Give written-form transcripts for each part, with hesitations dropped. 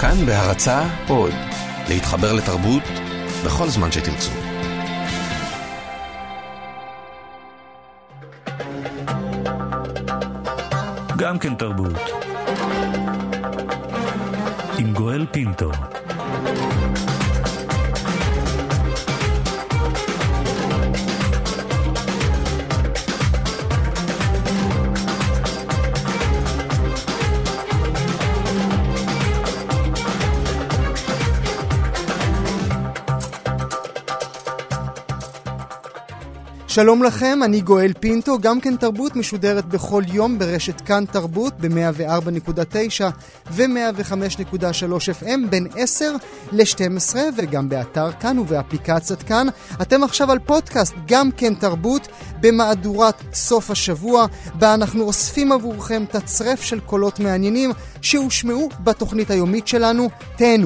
כאן בהרצאה עוד, להתחבר לתרבות בכל זמן שתרצו. גם כן תרבות. עם גואל פינטו. שלום לכם, אני גואל פינטו, גם כן תרבות משודרת בכל יום ברשת כאן תרבות ב-104.9 ו-105.3 FM בין 10 ל-12 וגם באתר כאן ובאפליקציית כאן. אתם עכשיו על פודקאסט גם כן תרבות במהדורת סוף השבוע, בה אנחנו אוספים עבורכם תצרף של קולות מעניינים שהושמעו בתוכנית היומית שלנו. תהנו.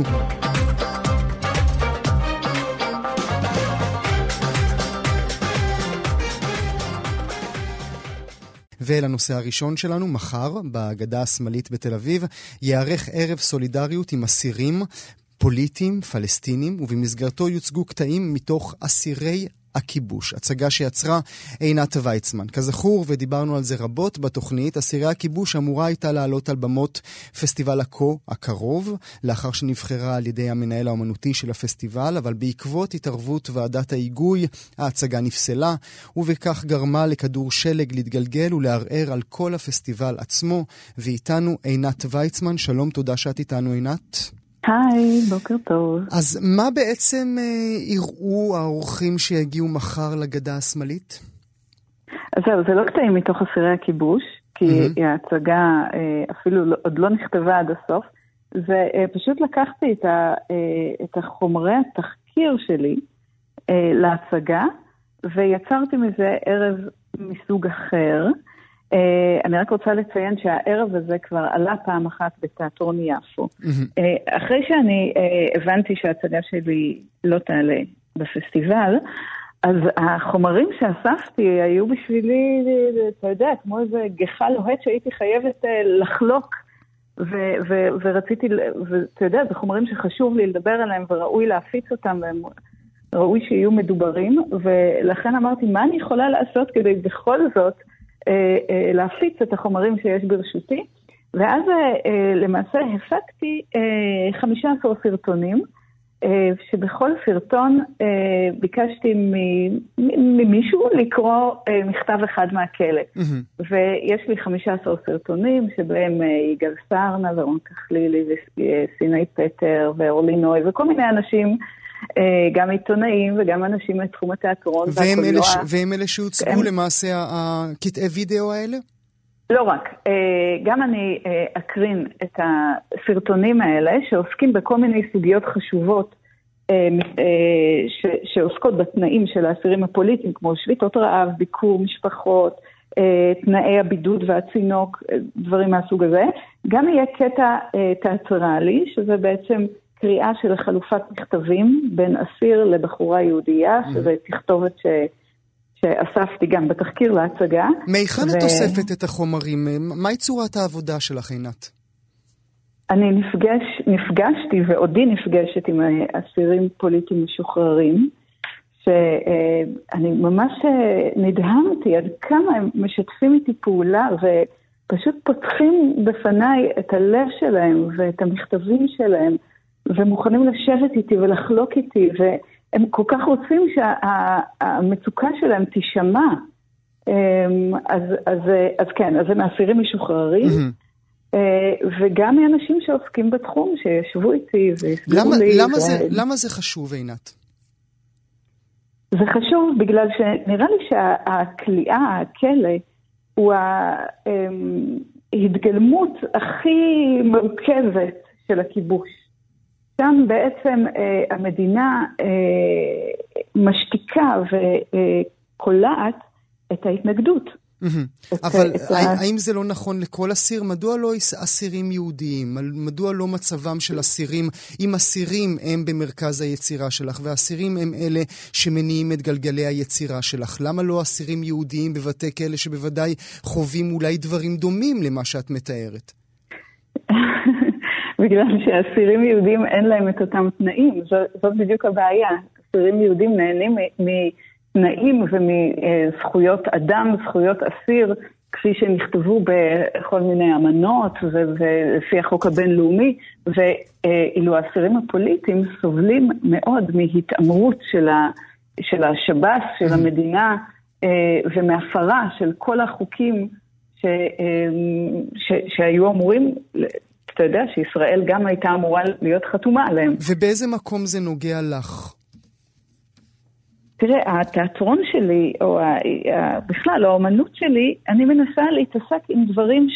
ולנושא הראשון שלנו, מחר, בגדה השמאלית בתל אביב, יערך ערב סולידריות עם אסירים פוליטיים, פלסטינים, ובמסגרתו יוצגו קטעים מתוך אסירי הכיבוש, הצגה שיצרה עינת ויצמן. כזכור, ודיברנו על זה רבות בתוכנית, אסירי הכיבוש אמורה הייתה לעלות על במות פסטיבל הקו הקרוב, לאחר שנבחרה על ידי המנהל האומנותי של הפסטיבל, אבל בעקבות התערבות ועדת ההיגוי, ההצגה נפסלה, ובכך גרמה לכדור שלג להתגלגל ולערער על כל הפסטיבל עצמו. ואיתנו עינת ויצמן. שלום, תודה שאת איתנו עינת. היי, בוקר טוב. אז מה בעצם יראו האורחים שיגיעו מחר לגדה השמאלית? אז זהו, זה לא קטעים מתוך אסירי הכיבוש, כי ההצגה אפילו עוד לא נכתבה עד הסוף. זה פשוט לקחתי את החומרי התחקיר שלי להצגה, ויצרתי מזה ערב מסוג אחר. אני רק רוצה לציין שהערב הזה כבר עלה פעם אחת בתיאטרון יפו. אחרי שאני הבנתי שההצגה שלי לא תעלה בפסטיבל, אז החומרים שאספתי היו בשבילי, אתה יודע, כמו איזה גחה לוהט שהייתי חייבת לחלוק, ורציתי, ואתה יודע, זה חומרים שחשוב לי לדבר עליהם וראוי להפיץ אותם, וראוי שיהיו מדוברים, ולכן אמרתי, מה אני יכולה לעשות כדי בכל זאת להפיץ את החומרים שיש ברשותי, ואז למעשה הפקתי 15 סרטונים, שבכל סרטון ביקשתי ממישהו לקרוא מכתב אחד מהכלא. ויש לי 15 סרטונים, שבהם יגאל סרנה ורון כחלילי וסיני פטר ואורלי נוי וכל מיני אנשים, גם עיתונאים וגם אנשים מתחום התיאטרון. והם אלה שהוצגו למעשה הקטעי וידאו האלה? לא רק, גם אני אקרין את הסרטונים האלה שעוסקים בכל מיני סוגיות חשובות שעוסקות בתנאים של האסירים הפוליטיים, כמו שביתות רעב, ביקור משפחות, תנאי הבידוד והצינוק, דברים מהסוג הזה. גם יהיה קטע תיאטרלי, שזה בעצם קריאה של חלופת מכתבים בין אסיר לבחורה יהודייה, שזה תכתובת שאספתי גם בתחקיר להצגה. מהיכן את אוספת את החומרים? מהי צורת העבודה שלך, עינת? אני נפגשתי ועודי נפגשת עם אסירים פוליטיים משוחררים, שאני ממש נדהמתי עד כמה הם משתפים איתי פעולה, ופשוט פותחים בפניי את הלב שלהם ואת המכתבים שלהם, ומוכנים לשבת איתי ולחלוק איתי, והם כל כך רוצים שהמצוקה שלהם תשמע. אז כן, אז הם מאסירים משוחררים, וגם מאנשים שעוסקים בתחום, שישבו איתי והסבירו לי. למה זה חשוב, עינת? זה חשוב בגלל שנראה לי שהכליאה, הכלא, הוא ההתגלמות הכי מורכבת של הכיבוש. שם בעצם המדינה משתיקה וקולעת את ההתנגדות. אבל האם זה לא נכון לכל אסיר? מדוע לא אסירים יהודיים? מדוע לא מצבם של אסירים, אם אסירים הם במרכז היצירה שלך, ואסירים הם אלה שמניעים את גלגלי היצירה שלך? למה לא אסירים יהודיים בבתי כלא שבוודאי חווים אולי דברים דומים למה שאת מתארת? בגלל שאסירים יהודים אין להם את אותם תנאים. זאת בדיוק הבעיה. אסירים יהודים נהנים מתנאים ומזכויות אדם, זכויות אסיר, כפי שנכתבו בכל מיני אמנות ולפי החוק הבינלאומי, ואילו האסירים הפוליטיים סובלים מאוד מהתאמרות של השב"ס, של המדינה, ומהפרה של כל החוקים שהיו אמורים, אתה יודע שישראל גם הייתה אמורה להיות חתומה עליהם. ובאיזה מקום זה נוגע לך? תראה, התיאטרון שלי, או בכלל, האומנות שלי, אני מנסה להתעסק עם דברים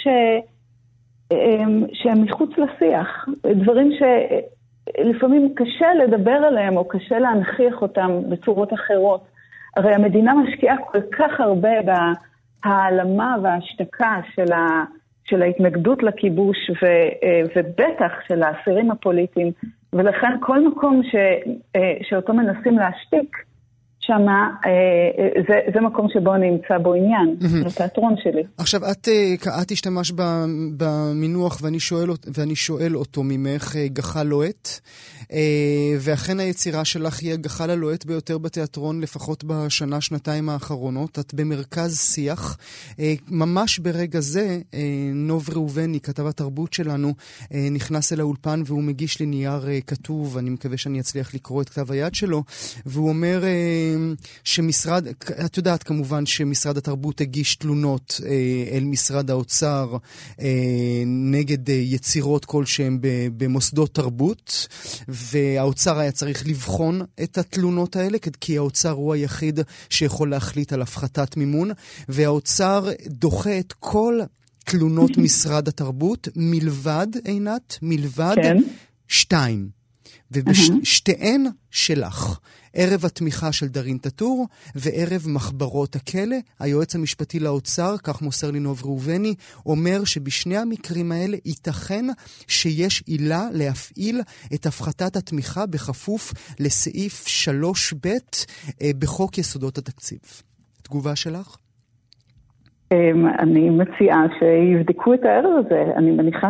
שהם מחוץ לשיח. דברים שלפעמים קשה לדבר עליהם, או קשה להנכיח אותם בצורות אחרות. הרי המדינה משקיעה כל כך הרבה בהעלמה וההשתקה של ההתנגדות לכיבוש, ובטח של האסירים הפוליטיים, ולכן כל מקום שאותו מנסים להשתיק, שמה, זה מקום שבו נמצא בו עניין, בתיאטרון שלי. עכשיו, את השתמש במינוח, ואני שואל אותו ממך, גחל לוהט, ואכן היצירה שלך היא הגחל הלוהט ביותר בתיאטרון, לפחות בשנה, שנתיים האחרונות. את במרכז שיח. ממש ברגע זה, נוב ראובני, כתב התרבות שלנו, נכנס אל האולפן, והוא מגיש לי נייר כתוב, אני מקווה שאני אצליח לקרוא את כתב היד שלו, והוא אומר שמשרד, את יודעת כמובן שמשרד התרבות הגיש תלונות אל משרד האוצר נגד יצירות כלשהם במוסדות תרבות, והאוצר היה צריך לבחון את התלונות האלה, כי האוצר הוא היחיד שיכול להחליט על הפחתת מימון, והאוצר דוחה את כל תלונות משרד התרבות, מלבד כן. 2. ובשתיהן שלך. ערב התמיכה של דרין טטור וערב מחברות הכלא. היועץ המשפטי לאוצר, כך מוסר לי נוב ראובני, אומר שבשני המקרים האלה ייתכן שיש עילה להפעיל את הפחתת התמיכה בכפוף לסעיף 3ב בחוק יסודות התקציב. תגובה שלך? אני מציעה שיבדקו את הערב הזה. אני מניחה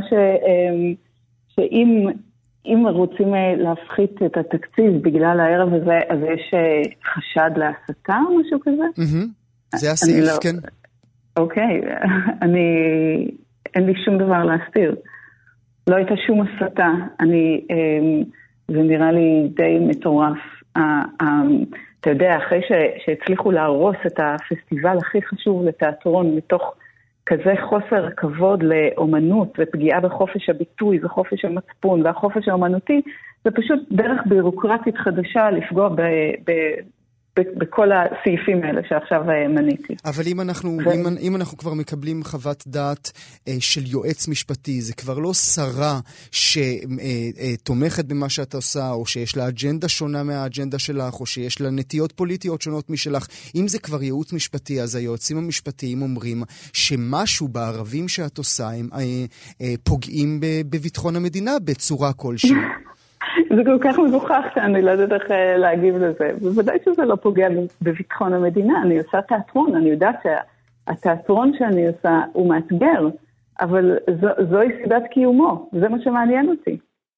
שאם רוצים להפחית את התקציב בגלל הערב הזה, אז יש חשד להסתה או משהו כזה? זה הסעיף, כן. אוקיי, אין לי שום דבר להסתיר. לא הייתה שום הסתה. זה נראה לי די מטורף. אתה יודע, אחרי שהצליחו להרוס את הפסטיבל הכי חשוב לתיאטרון, מתוך כזה חוסר כבוד לאומנות ופגיעה בחופש הביטוי וחופש המצפון והחופש האומנותי, זה פשוט דרך בירוקרטית חדשה לפגוע בכל הסעיפים האלה שעכשיו מניתי. אבל אם אנחנו כבר מקבלים חוות דעת של יועץ משפטי, זה כבר לא שרה שתומכת במה שאת עושה, או שיש לה אג'נדה שונה מהאג'נדה שלך, או שיש לה נטיות פוליטיות שונות משלך. אם זה כבר ייעוץ משפטי, אז היועצים המשפטיים אומרים שמשהו בערבים שאת עושה הם פוגעים בביטחון המדינה בצורה כלשהי. זה כל כך מבוכח שאני לא יודעת איך להגיב לזה. בוודאי שזה לא פוגע בביטחון המדינה. אני עושה תיאטרון, אני יודעת שהתיאטרון שאני עושה הוא מאתגר, אבל זוהי סיבת קיומו, זה מה שמעניין אותי.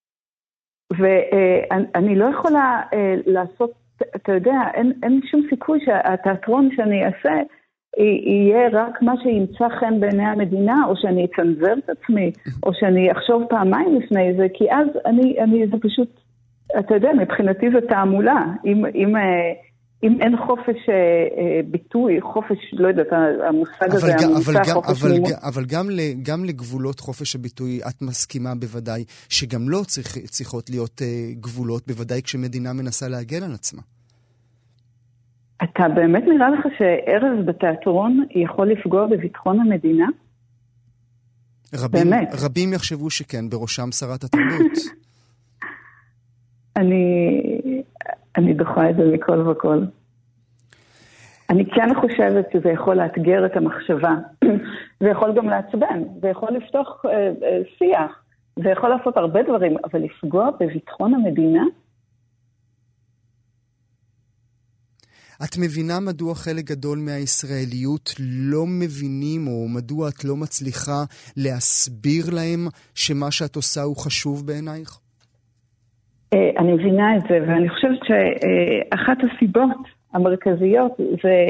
ואני לא יכולה לעשות, אתה יודע, אין שום סיכוי שהתיאטרון שאני אעשה יהיה רק מה שימצא חן בעיני המדינה, או שאני אצנזר את עצמי, או שאני אחשוב פעמיים לפני זה, כי אז זה פשוט, אתה יודע, מבחינתי זה תעמולה. אם אין חופש ביטוי, חופש, לא יודעת, המושג הזה, אבל גם לגבולות חופש הביטוי, את מסכימה בוודאי, שגם לא צריכות להיות גבולות, בוודאי כשמדינה מנסה להגן על עצמה. אתה באמת נראה לך שערב בתיאטרון יכול לפגוע בביטחון המדינה? רבים יחשבו שכן, בראשם שרת התרבות. אני דוחה את זה מכל וכל. אני כן חושבת שזה יכול לאתגר את המחשבה. זה יכול גם לעצבן, זה יכול לפתוח שיח, זה יכול לעשות הרבה דברים, אבל לפגוע בביטחון המדינה? את מבינה מדוע חלק גדול מהישראליות לא מבינים, או מדוע את לא מצליחה להסביר להם שמה שאת עושה הוא חשוב בעינייך? אני מבינה את זה, ואני חושבת שאחת הסיבות המרכזיות זה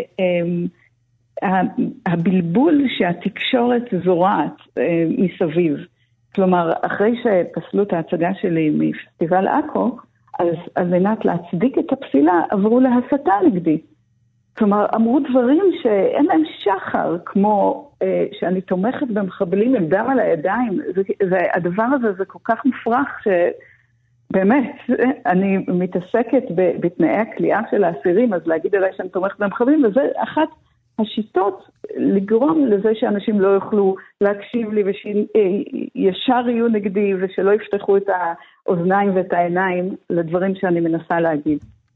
הבלבול שהתקשורת זורעת מסביב. כלומר, אחרי שפסלו את ההצגה שלי מפסטיבל אקו, אז על מנת להצדיק את הפסילה עברו להסתה נגדי. כלומר, אמרו דברים שאין להם שחר, כמו שאני תומכת במחבלים עם דם על הידיים. הדבר הזה זה כל כך מופרך שבאמת, אני מתעסקת בתנאי הכליאה של האסירים, אז להגיד עליי שאני תומכת במחבלים, וזה אחת השיטות לגרום לזה שאנשים לא יוכלו להקשיב לי ושישר יהיו נגדי ושלא יפתחו את האוזניים ואת העיניים לדברים שאני מנסה להגיד.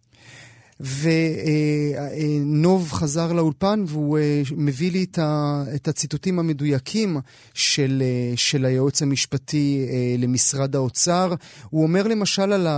ונוב חזר לאולפן והוא מביא לי את הציטוטים המדויקים של היועץ המשפטי למשרד האוצר. הוא אומר למשל על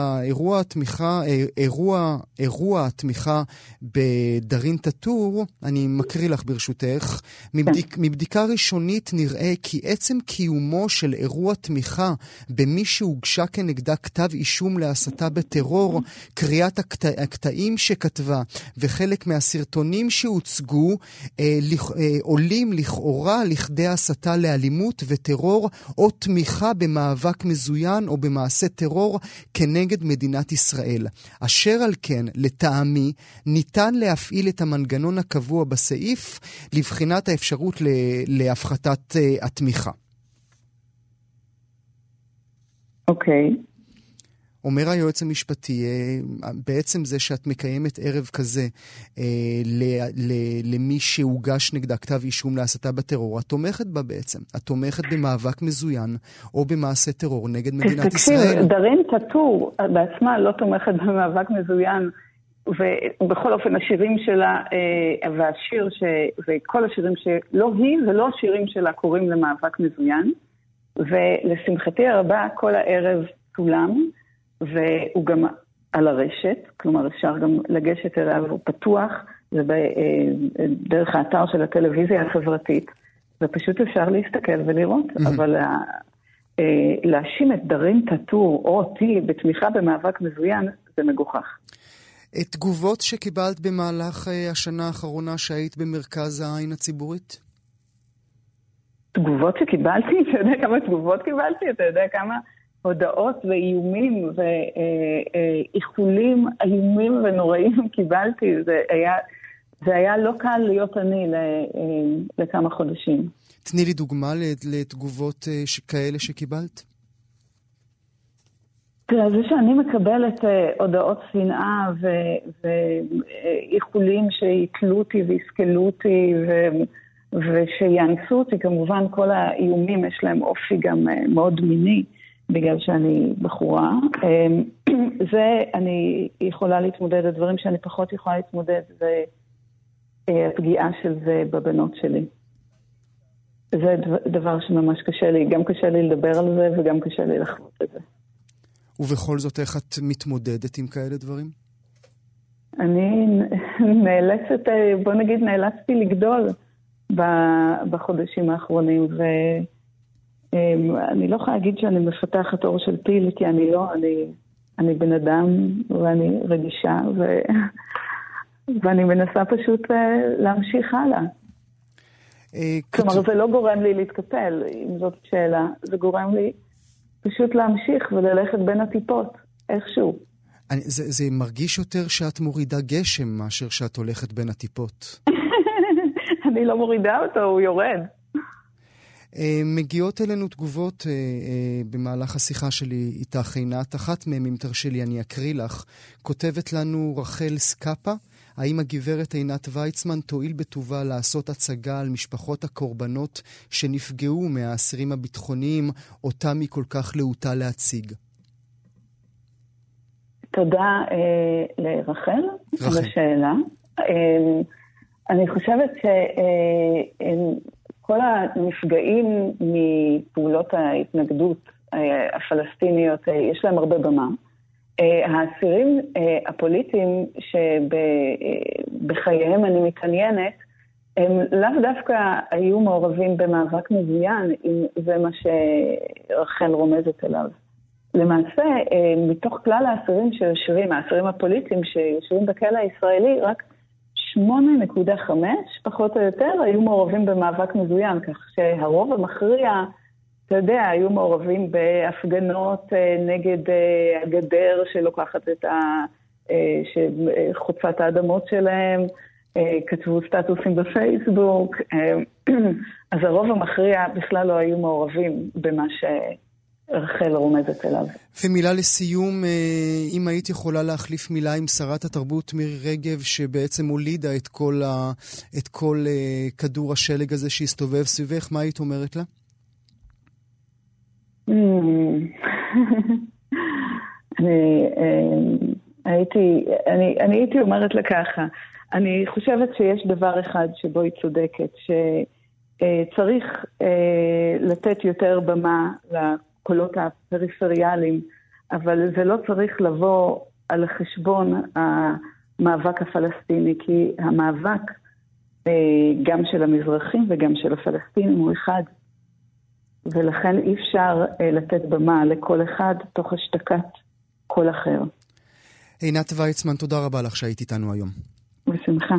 אירוע התמיכה בדרין טטור, אני מקריא לך ברשותך, מבדיקה ראשונית נראה כי עצם קיומו של אירוע תמיכה במי שהוגשה כנגדה כתב אישום להסתה בטרור, קריאת הקטעים שכתבה וחלק מהסרטונים שהוצגו עולים לכאורה לכדי הסתה לאלימות וטרור או תמיכה במאבק מזוין או במעשה טרור כנגד מדינת ישראל. אשר על כן, לטעמי, ניתן להפעיל את המנגנון הקבוע בסעיף לבחינת האפשרות להפחתת התמיכה. אוקיי. אומר היועץ המשפטי, בעצם זה שאת מקיימת ערב כזה למי שהוגש נגדה כתב אישום להסתה בטרור, את תומכת בה בעצם. את תומכת במאבק מזוין או במעשה טרור נגד מדינת ישראל. תקשיב, דרין טטור בעצמה לא תומכת במאבק מזוין, ובכל אופן השירים שלה והשיר וכל השירים שלא היא ולא השירים שלה קוראים למאבק מזוין, ולשמחתי הרבה כל הערב צולם, והוא גם על הרשת, כלומר אפשר גם לגשת אליו, הוא פתוח, זה דרך האתר של הטלוויזיה החברתית, ופשוט אפשר להסתכל ולראות, אבל להאשים את דרין טטור או אותי בתמיכה במאבק מזוין, זה מגוחך. תגובות שקיבלת במהלך השנה האחרונה שהיית במרכז העין הציבורית? תגובות שקיבלתי? אתה יודע כמה תגובות קיבלתי? אתה יודע כמה הודעות ואיומים ואיחולים איומים ונוראים קיבלתי? זה היה לא קל להיות אני לכמה חודשים. תני לי דוגמה לתגובות כאלה שקיבלת. זה שאני מקבלת הודעות שנאה ואיחולים שיתלו אותי ויסכלו אותי ושיאנסו אותי. כמובן כל האיומים יש להם אופי גם מאוד מיני בגלל שאני בחורה. זה אני יכולה להתמודד, הדברים שאני פחות יכולה להתמודד זה הפגיעה של זה בבנות שלי. זה דבר שממש קשה לי, גם קשה לי לדבר על זה וגם קשה לי לחוות את זה. ובכל זאת איך את מתמודדת עם כאלה דברים? אני נאלצת, בוא נגיד, נאלצתי לגדול בחודשים האחרונים, ואני לא יכולה להגיד שאני מפתחת אור של פיל, כי אני לא, אני בן אדם ואני רגישה, ואני מנסה פשוט להמשיך הלאה. כלומר, זה לא גורם לי להתקפל, אם זאת שאלה, זה גורם לי פשוט להמשיך וללכת בין הטיפות, איכשהו. זה מרגיש יותר שאת מורידה גשם מאשר שאת הולכת בין הטיפות. אני לא מורידה אותו, הוא יורד. מגיעות אלינו תגובות במהלך השיחה שלי איתך עינת. אחת מהם, אם תרשי לי, אני אקריא לך. כותבת לנו רחל סקאפה, האם הגברת עינת ויצמן תועיל בטובה לעשות הצגה על משפחות הקורבנות שנפגעו מהאסירים הביטחוניים, אותם היא כל כך להוטה להציג? תודה לרחל בשאלה. אני חושבת שכל הנפגעים מפעולות ההתנגדות הפלסטיניות, יש להם הרבה במה. האסירים הפוליטיים שבחייהם אני מתעניינת, הם לאו דווקא היו מעורבים במאבק מזוין, אם זה מה שרחל רומזת אליו. למעשה, מתוך כלל האסירים שיושבים, האסירים הפוליטיים שיושבים בכלא הישראלי, רק 8.5, פחות או יותר, היו מעורבים במאבק מזוין, כך שהרוב המכריע, אתה יודע, היו מעורבים בהפגנות נגד הגדר שלוקחת את שחוצת האדמות שלהם, כתבו סטטוסים בפייסבוק, אז הרוב המכריע בכלל לא היו מעורבים במה שרחל רומזת אליו. ומילה לסיום, אם היית יכולה להחליף מילה עם שרת התרבות מירי רגב, שבעצם הולידה את כל כדור השלג הזה שהסתובב סביבך, מה היית אומרת לה? אני הייתי אומרת לה ככה, אני חושבת שיש דבר אחד שבו היא צודקת, שצריך לתת יותר במה לקולות הפריפריאליים, אבל זה לא צריך לבוא על חשבון המאבק הפלסטיני, כי המאבק גם של המזרחים וגם של הפלסטינים הוא אחד, ולכן אי אפשר לתת במה לכל אחד תוך השתקת כל אחר. עינת ויצמן, תודה רבה לך שהיית איתנו היום. בשמחה.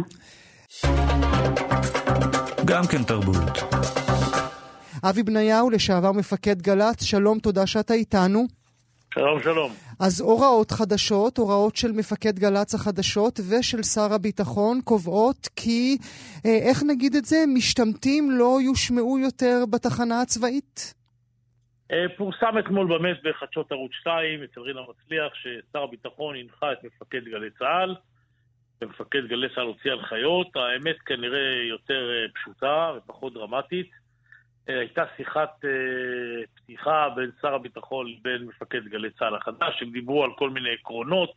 גם כן תרבות. אבי בניהו, לשעבר מפקד גל"צ, שלום, תודה שאתה איתנו. שלום, שלום. אז הוראות חדשות, הוראות של מפקד גל"צ החדשות ושל שר הביטחון קובעות כי, איך נגיד את זה, משתמטים לא יושמעו יותר בתחנה הצבאית? פורסם אתמול באמת בחדשות ערוץ 2 אצל רינה מצליח ששר הביטחון הנחה את מפקד גלי צה"ל, ומפקד גלי צה"ל הוציא הנחיות. האמת כנראה יותר פשוטה ופחות דרמטית. הייתה שיחת פתיחה בין שר הביטחון לבין מפקד גלי צה"ל החדש, הם דיברו על כל מיני עקרונות,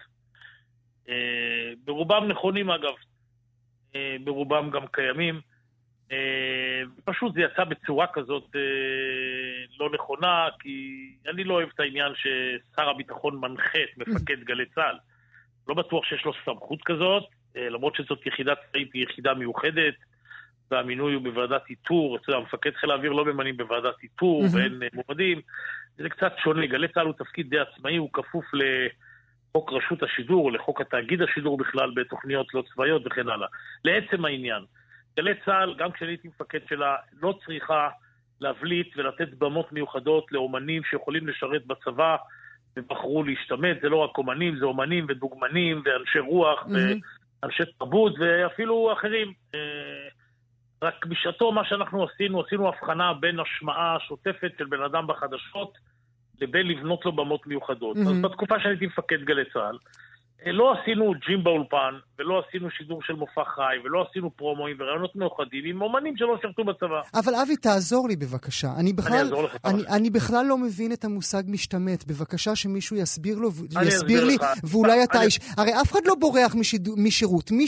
ברובם נכונים אגב, ברובם גם קיימים, פשוט זה יצא בצורה כזאת לא נכונה, כי אני לא אוהב את העניין ששר הביטחון מנחה את מפקד גלי צה"ל. לא בטוח שיש לו סמכות כזאת, למרות שזאת יחידה צבאית, היא יחידה מיוחדת, והמינוי הוא בוועדת איתור, המפקד חיל האוויר לא ממנים בוועדת איתור, ואין מועמדים, זה קצת שונה. גלי צה"ל הוא תפקיד די עצמאי, הוא כפוף לחוק רשות השידור, לחוק התאגיד השידור בכלל, בתוכניות לא צבאיות וכן הלאה. לעצם העניין, גלי צה"ל, גם כשאני הייתי מפקד שלה, לא צריכה להבליט ולתת במות מיוחדות לאומנים שיכולים לשרת בצבא, ובחרו להשתמט. זה לא רק אומנים, זה אומנים ודוגמנים ואנשי רוח ואנשי תרבות ואפילו אחרים. רק בשעתו מה שאנחנו עשינו הבחנה בין השמעה שוטפת של בן אדם בחדשות לבין לבנות לו במות מיוחדות. אז בתקופה שהייתי מפקד גלי צה"ל, לא עשינו ג'ים באולפן, ולא עשינו שידור של מופע חי, ולא עשינו פרומואים ורעיונות מיוחדים עם אומנים שלא שרתו בצבא. אבל אבי, תעזור לי בבקשה. אני בכלל לא מבין את המושג משתמט. בבקשה שמישהו יסביר לי, ואולי אתה איש. הרי אף אחד לא בורח משירות. מי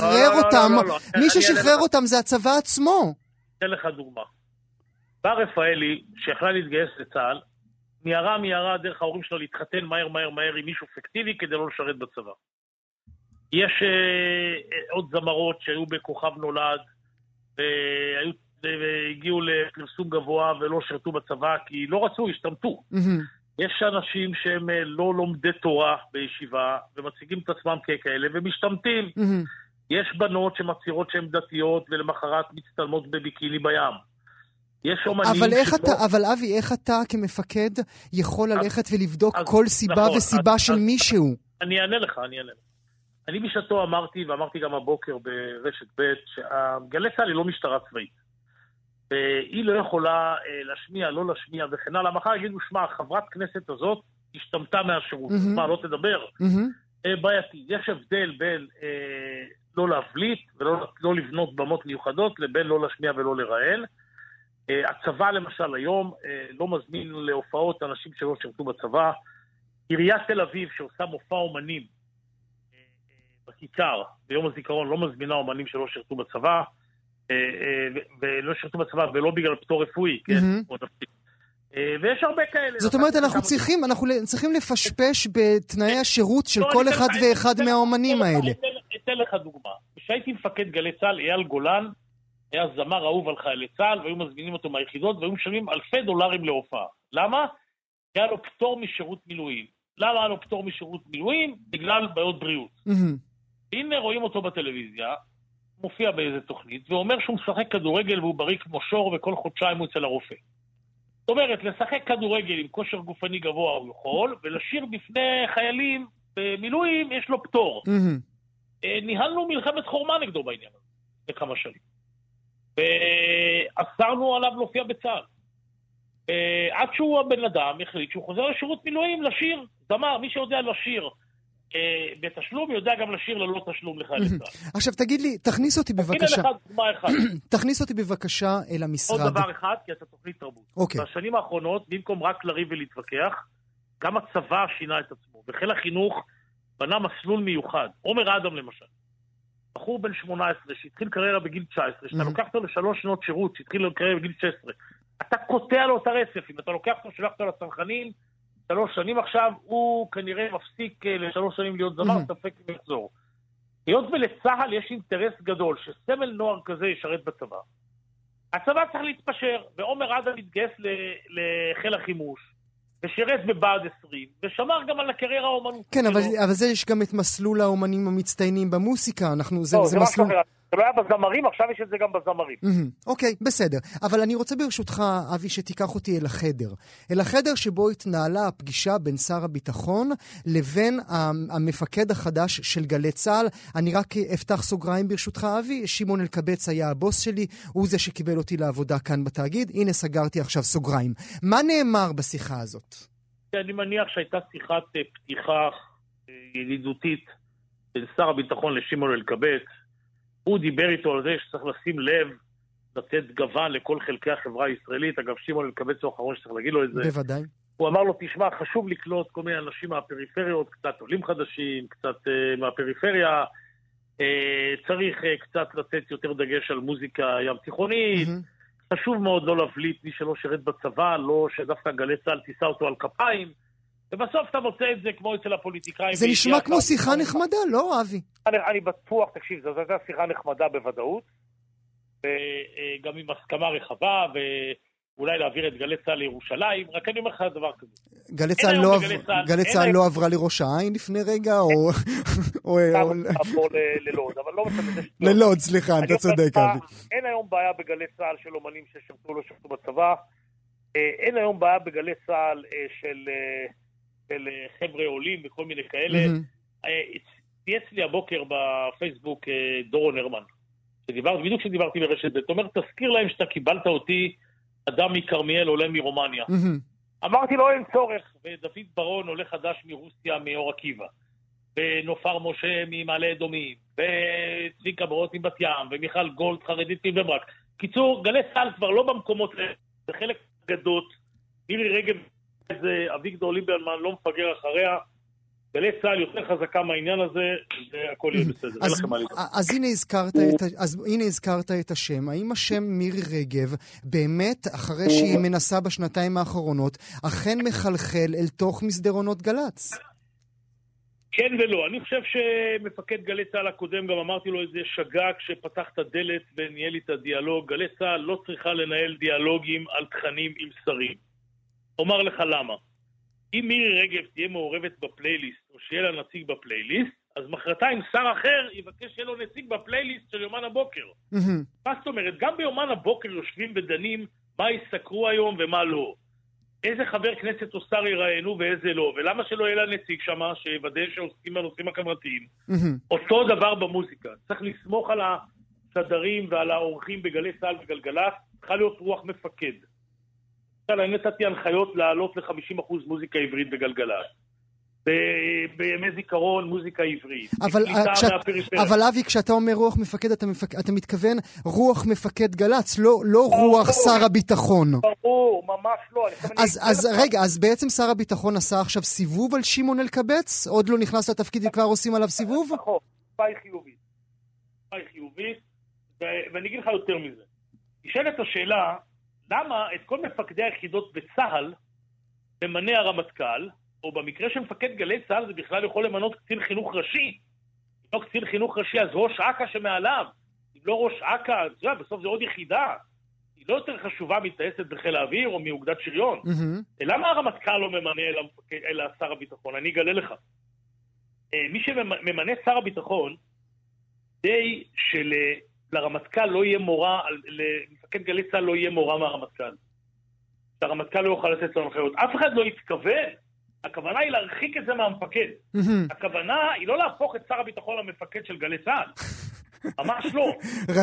ששחרר אותם זה הצבא עצמו. אתן לך דוגמה. בר רפאלי, שיכלה להתגייס לצה"ל, מיהרה דרך ההורים שלו להתחתן מהר עם מישהו פיקטיבי כדי לא לשרת בצבא. יש עוד זמרות שהיו בכוכב נולד והגיעו לפרסום גבוה ולא שרתו בצבא כי לא רצו, השתמטו. יש אנשים שהם לא לומדי תורה בישיבה ומציגים את עצמם ככאלה ומשתמטים. יש בנות שמצהירות שהן דתיות ולמחרת מצטלמות בביקיני בים. אבל אבי, איך אתה כמפקד יכול ללכת ולבדוק כל סיבה וסיבה של מישהו? אני אענה לך. אני בשעתו ואמרתי גם הבוקר ברשת ב' שהגלי צה"ל היא לא משטרה צבאית. והיא לא יכולה להשמיע, לא להשמיע וכן הלאה. מחר יגידו, שמע, חברת כנסת הזאת השתמטה מהשירות. מה, לא תדבר? בעייתי. יש הבדל בין לא להבליט ולא לבנות במות מיוחדות לבין לא להשמיע ולא לראיין. הצבא למשל היום לא מזמין להופעות אנשים שלא שרתו בצבא. עיריית תל אביב שעושה מופע אומנים בכיכר ביום הזיכרון לא מזמינה אומנים שלא שרתו בצבא ולא שרתו בצבא ולא בגלל פטור רפואי, כן? ויש הרבה כאלה. זאת אומרת, אנחנו צריכים לפשפש בתנאי השירות של כל אחד ואחד מהאומנים האלה. אתן לך דוגמה. כשהייתי מפקד גלי צה"ל, אייל גולן, היה זמר אהוב על חיילי צה"ל, והיו מזמינים אותו מהיחידות, והיו משלמים $1,000 להופעה. למה? היה לו פטור משירות מילואים. למה היה לו פטור משירות מילואים? בגלל בעיות בריאות. הנה רואים אותו בטלוויזיה, מופיע באיזה תוכנית, ואומר שהוא משחק כדורגל והוא בריא כמו שור, וכל חודשיים הוא אצל הרופא. זאת אומרת, לשחק כדורגל עם כושר גופני גבוה הוא יכול, ולשיר בפני חיילים במילואים יש לו פטור. ניהלנו מלחמת חורמה נגדו בעניין הזה, בכמה שנים. ואסרנו עליו להופיע בצה"ל. עד שהוא הבן אדם החליט שהוא חוזר לשירות מילואים לשיר. זמר, מי שיודע לשיר בתשלום, יודע גם לשיר ללא תשלום לחיילי צה"ל. עכשיו תגיד לי, תכניס אותי בבקשה. הנה לך דוגמה אחד. תכניס אותי בבקשה אל המשרד. עוד דבר אחד, כי אתה תוכנית תרבות. בשנים האחרונות, במקום רק לריב ולהתווכח, גם הצבא שינה את עצמו. וחיל החינוך בנה מסלול מיוחד. עומר אדם למשל. בחור בן 18 שהתחיל קריירה בגיל 19, שאתה לוקח אותו ל3 שנות שירות, שהתחיל קריירה בגיל 16, אתה קוטע לו את הרצף. אם אתה לוקח אותו, שלח אותו לצנחנים, 3 שנים עכשיו, הוא כנראה מפסיק ל3 שנים להיות זמר, ספק לחזור. היות ולצה"ל יש אינטרס גדול, שסמל נוער כזה ישרת בצבא. הצבא צריך להתפשר, ועומר אדם התגייס לחיל החימוש, ושירת בבה"ד 20, ושמר גם על הקריירה האומנות. כן, אבל זה יש גם את מסלול האומנים המצטיינים במוסיקה. זה מסלול... זה לא היה בזמרים, עכשיו יש את זה גם בזמרים. אוקיי, בסדר. אבל אני רוצה ברשותך, אבי, שתיקח אותי אל החדר. אל החדר שבו התנהלה הפגישה בין שר הביטחון לבין המפקד החדש של גלי צה"ל. אני רק אפתח סוגריים ברשותך, אבי. שמעון אלקבץ היה הבוס שלי, הוא זה שקיבל אותי לעבודה כאן בתאגיד. הנה סגרתי עכשיו סוגריים. מה נאמר בשיחה הזאת? אני מניח שהייתה שיחת פתיחה ידידותית בין שר הביטחון לשמעון אלקבץ. הוא דיבר איתו על זה שצריך לשים לב, לתת גוון לכל חלקי החברה הישראלית. אגב, שמעון אלקבץ הוא האחרון שצריך להגיד לו את זה. בוודאי. הוא אמר לו, תשמע, חשוב לקלוט כל מיני אנשים מהפריפריות, קצת עולים חדשים, קצת מהפריפריה. צריך קצת לתת יותר דגש על מוזיקה ים תיכונית. חשוב מאוד לא להבליט מי שלא שירת בצבא, לא שדווקא גלי צה"ל תיסע אותו על כפיים. ובסוף אתה מוצא את זה כמו אצל הפוליטיקאים. זה נשמע כמו שיחה נחמדה, לא, אבי? אני בטוח, תקשיב, זו הייתה שיחה נחמדה בוודאות, וגם עם הסכמה רחבה, ואולי להעביר את גלי צה"ל לירושלים. רק אני אומר לך דבר כזה. גלי צה"ל לא עברה לראש העין לפני רגע, או... ללוד, אבל לא מצא לזה... ללוד, סליחה, אתה צודק, אבי. אין היום בעיה בגלי צה"ל של אומנים ששרתו לא שרתו בצבא. אין היום בעיה בגלי צה"ל של חבר'ה עולים וכל מיני כאלה. צייץ לי הבוקר בפייסבוק דורון הרמן, בדיוק שדיברתי ברשת ב', אומר, תזכיר להם שאתה קיבלת אותי אדם מקרמיאל עולה מרומניה. אמרתי לו, אין צורך. ודוד ברון עולה חדש מרוסיה, מאור עקיבא, ונופר משה ממעלה אדומים, וצביקה ברוט מבת ים, ומיכל גולד חרדית מבני ברק. קיצור, גלי צה"ל כבר לא במקומות, זה חלק גדות. מירי רגב, אביגדור ליברמן לא מפגר אחריה. גלי צה"ל יותר חזקה מהעניין הזה, והכל יהיה בסדר. אז הנה הזכרת את השם. האם השם מירי רגב באמת, אחרי שהיא מנסה בשנתיים האחרונות, אכן מחלחל אל תוך מסדרונות גל"צ? כן ולא. אני חושב שמפקד גלי צה"ל הקודם, גם אמרתי לו איזה שגה כשפתח את הדלת וניהל את הדיאלוג. גלי צה"ל לא צריכה לנהל דיאלוגים על תכנים עם שרים. אומר לך למה. אם מירי רגב תהיה מעורבת בפלייליסט, או שיהיה לה נציג בפלייליסט, אז מחרתיים שר אחר יבקש שיהיה לו נציג בפלייליסט של יומן הבוקר. מה זאת אומרת? גם ביומן הבוקר יושבים ודנים מה יסקרו היום ומה לא. איזה חבר כנסת או שר יראיינו ואיזה לא. ולמה שלא יהיה לה נציג שמה, שיוודא שעוסקים בנושאים החברתיים. אותו דבר במוזיקה. צריך לסמוך על השדרים ועל האורחים בגלי צה"ל וגלגלצ. צריכה להיות רוח מפקד. אני נתתי הנחיות לעלות ל-50% מוזיקה עברית בגלגלצ. בימי זיכרון מוזיקה עברית. אבל אבי, כשאתה אומר רוח מפקד, אתה מתכוון רוח מפקד גל"צ, לא רוח שר הביטחון. ברור, ממש לא. אז רגע, אז בעצם שר הביטחון עשה עכשיו סיבוב על שמעון אלקבץ? עוד לא נכנס לתפקיד וכבר עושים עליו סיבוב? נכון, פאי חיובית. ואני אגיד לך יותר מזה. נשאלת השאלה, למה את כל מפקדי היחידות בצה"ל ממנה הרמטכ"ל, או במקרה של מפקד גלי צה"ל זה בכלל יכול למנות קצין חינוך ראשי. אם לא קצין חינוך ראשי, אז ראש אכ"א שמעליו. אם לא ראש אכ"א, בסוף זה עוד יחידה. היא לא יותר חשובה מטייסת בחיל האוויר או מאוגדת שריון. למה הרמטכ"ל לא ממנה אלא שר הביטחון? אני אגלה לך. מי שממנה שר הביטחון, די שלרמטכ"ל לא יהיה מורה, למפקד גלי צה"ל לא יהיה מורה מהרמטכ"ל. שהרמטכ"ל לא יוכל לתת לו הנחיות. אף אחד לא יתכוון. הכוונה היא להרחיק את זה מהמפקד. הכוונה היא לא להפוך את שר הביטחון למפקד של גלי צה"ל. ממש לא.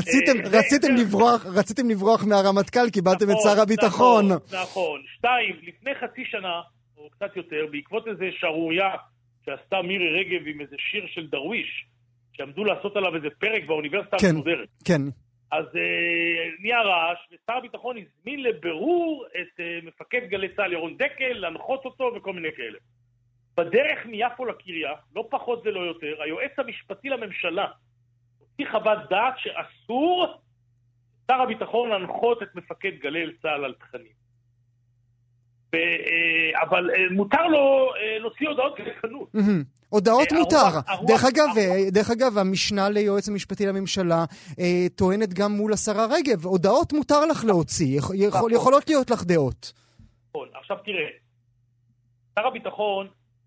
רציתם לברוח מהרמטכ"ל, קיבלתם את שר הביטחון. נכון. 2, לפני חצי שנה, או קצת יותר, בעקבות איזה שערוריה שעשתה מירי רגב עם איזה שיר של דרוויש, שעמדו לעשות עליו איזה פרק באוניברסיטה המסודרת. כן. אז נהיה רעש, ושר הביטחון הזמין לבירור את מפקד גלי צה"ל ירון דקל, להנחות אותו וכל מיני כאלה. בדרך מיפו לקריה, לא פחות ולא יותר, היועץ המשפטי לממשלה הוציא חוות דעת שאסור שר הביטחון להנחות את מפקד גלי צה"ל על תכנים. אבל מותר לו להוציא הודעות כלכנות. הודעות מותר. דרך אגב, המשנה ליועץ המשפטי לממשלה טוענת גם מול השרה רגב. הודעות מותר לך להוציא. יכולות להיות לך דעות. עכשיו תראה, שר הביטחון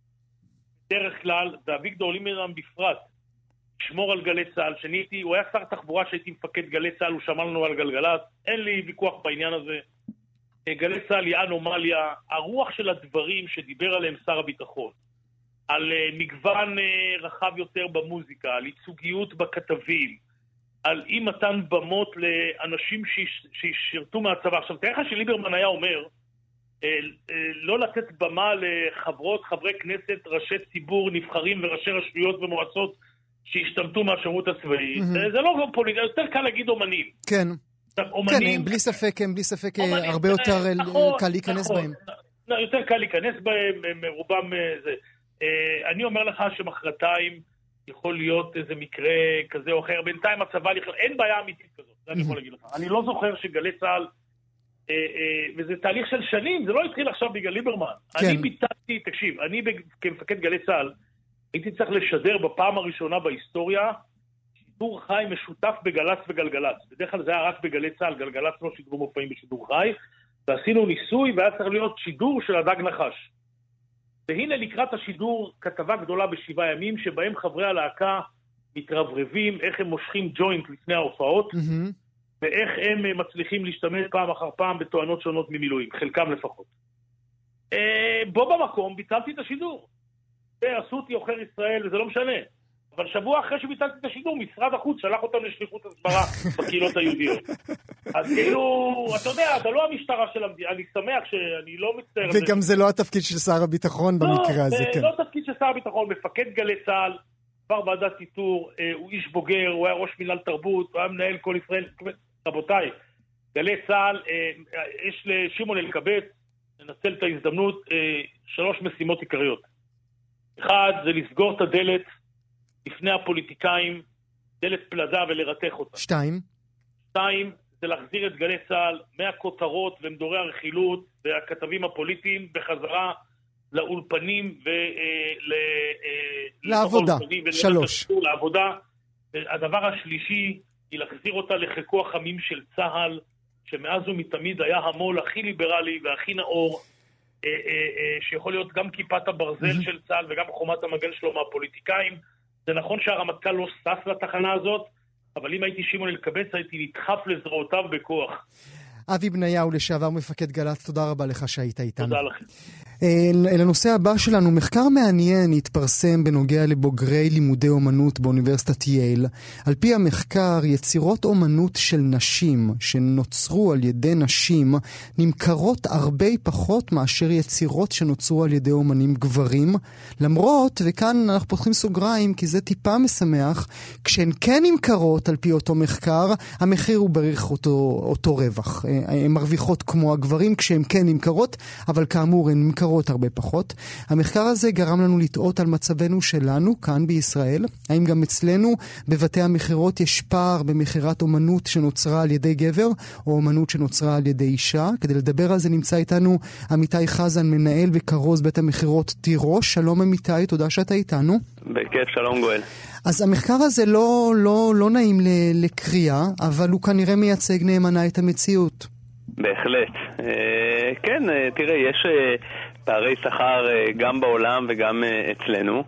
דרך כלל, ואביגדור ליברמן בפרט, שמור על גלי צה"ל, הוא היה שר תחבורה שהייתי מפקד גלי צה"ל, הוא שמע לנו על גלגלת, אין לי ויכוח בעניין הזה. גלי צה"ל היא אנומליה, הרוח של הדברים שדיבר עליהם שר הביטחון, על מגוון רחב יותר במוזיקה, על ייצוגיות בכתבים, על אי מתן במות לאנשים שישרתו מהצבא. עכשיו, תראה לך שליברמן היה אומר, לא לתת במה חברי כנסת, ראשי ציבור, נבחרים וראשי רשויות ומועצות שהשתמטו מהשירות הצבאי. זה לא פוליטי, יותר קל להגיד אומנים. כן. כן, בלי ספק הרבה יותר קל להיכנס בהם. יותר קל להיכנס בהם, רובם זה. אני אומר לך שמחרתיים יכול להיות איזה מקרה כזה או אחר. בינתיים הצבא, אין בעיה אמיתית כזאת, זה אני יכול להגיד לך. אני לא זוכר שגלי צה"ל, וזה תהליך של שנים, זה לא התחיל עכשיו בגלל ליברמן. אני ביטלתי, תקשיב, אני כמפקד גלי צה"ל, הייתי צריך לשדר בפעם הראשונה בהיסטוריה, שידור חי משותף בגלץ וגלגלץ. בדרך כלל זה היה רק בגלי צה"ל, גלגלץ לא שידרו מופעים בשידור חי, ועשינו ניסוי והיה צריך להיות שידור של הדג נחש. והנה לקראת השידור כתבה גדולה ב7 ימים, שבהם חברי הלהקה מתרברבים, איך הם מושכים ג'וינט לפני ההופעות, ואיך הם מצליחים להשתמש פעם אחר פעם בתואנות שונות ממילואים, חלקם לפחות. בו במקום ביטלתי את השידור. ועשו אותי עוכר ישראל, וזה לא משנה. אבל שבוע אחרי שביטלתי את השידור, משרד החוץ שלח אותם לשליחות הסברה בקהילות היהודיות. אז כאילו, אתה יודע, אתה לא המשטרה של המדינה, אני שמח שאני לא מצטער. וגם זה לא התפקיד של שר הביטחון במקרה הזה, כן. לא התפקיד של שר הביטחון, מפקד גלי צה"ל, כבר ועדת איתור, הוא איש בוגר, הוא היה ראש מינהל תרבות, הוא היה מנהל כל ישראל. רבותיי, גלי צה"ל, יש לשמעון אלקבץ, ננצל את ההזדמנות, 3 משימות עיקריות. 1, זה לסגור את הדלת לפני הפוליטיקאים, דלת פלדה ולרתך אותה. 2, זה להחזיר את גלי צה"ל מהכותרות ומדורי הרכילות והכתבים הפוליטיים בחזרה לאולפנים לעבודה. 3. לעבודה. הדבר השלישי היא להחזיר אותה לחיקו החמים של צה"ל, שמאז ומתמיד היה המול הכי ליברלי והכי נאור, שיכול להיות גם כיפת הברזל של צה"ל וגם חומת המגן שלו מהפוליטיקאים. זה נכון שהרמטכ"ל לא סף לתחנה הזאת, אבל אם הייתי שמעון אלקבץ הייתי נדחף לזרועותיו בכוח. אבי בניהו, לשעבר מפקד גל"צ, תודה רבה לך שהיית איתנו. תודה לכם. לנושא הבא שלנו, מחקר מעניין התפרסם בנוגע לבוגרי לימודי אומנות באוניברסיטת יייל. על פי המחקר, יצירות אומנות של נשים שנוצרו על ידי נשים נמכרות הרבה פחות מאשר יצירות שנוצרו על ידי אומנים גברים, למרות, וכאן אנחנו פותחים סוגריים כי זה טיפה משמח, כשהן כן נמכרות על פי אותו מחקר, המחיר הוא בערך אותו רווח. הן מרוויחות כמו הגברים כשהן כן נמכרות, אבל כאמור הן נמכרות יקרות הרבה פחות. המחקר הזה גרם לנו לטעות על מצבנו שלנו כאן בישראל. האם גם אצלנו בבתי המחירות יש פער במחירת אומנות שנוצרה על ידי גבר או אומנות שנוצרה על ידי אישה? כדי לדבר על זה נמצא איתנו עמיתי חזן, מנהל וכרוז בית המחירות תירוש. שלום עמיתי, תודה שאתה איתנו. בכיף, שלום גואל. אז המחקר הזה לא נעים לקריאה, אבל הוא כנראה מייצג נאמנה את המציאות. בהחלט. כן, תראה, יש פערי שכר גם בעולם וגם אצלנו.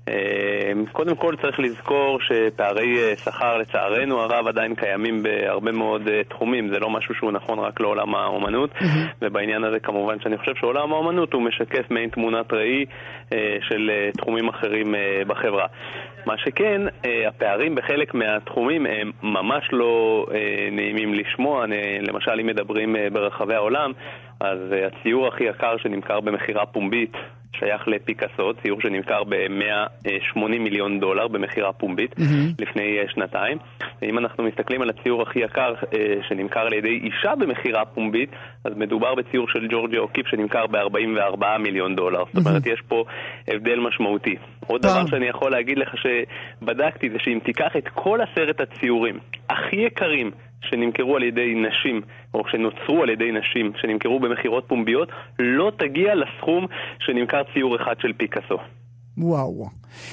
קודם כל צריך לזכור שפערי שכר לצערנו הרב עדיין קיימים בהרבה מאוד תחומים. זה לא משהו שהוא נכון רק לעולם האומנות, ובעניין הזה כמובן שאני חושב שעולם האומנות הוא משקף מעין תמונת ראי של תחומים אחרים בחברה. מה שכן, הפערים בחלק מהתחומים הם ממש לא נעימים לשמוע. למשל, אם מדברים ברחבי העולם, אז הציור הכי יקר שנמכר במחירה פומבית שייך לפיקאסו, ציור שנמכר ב$180 מיליון במחירה פומבית לפני שנתיים. ואם אנחנו מסתכלים על הציור הכי יקר שנמכר על ידי אישה במחירה פומבית, אז מדובר בציור של ג'ורג'יה אוקיף שנמכר ב$44 מיליון. זאת אומרת, יש פה הבדל משמעותי. עוד דבר שאני יכול להגיד לך שבדקתי זה שאם תיקח את כל 10 הציורים הכי יקרים שנמכרו על ידי נשים, או שנוצרו על ידי נשים, שנמכרו במחירות פומביות, לא תגיע לסכום שנמכר ציור אחד של פיקאסו. וואו.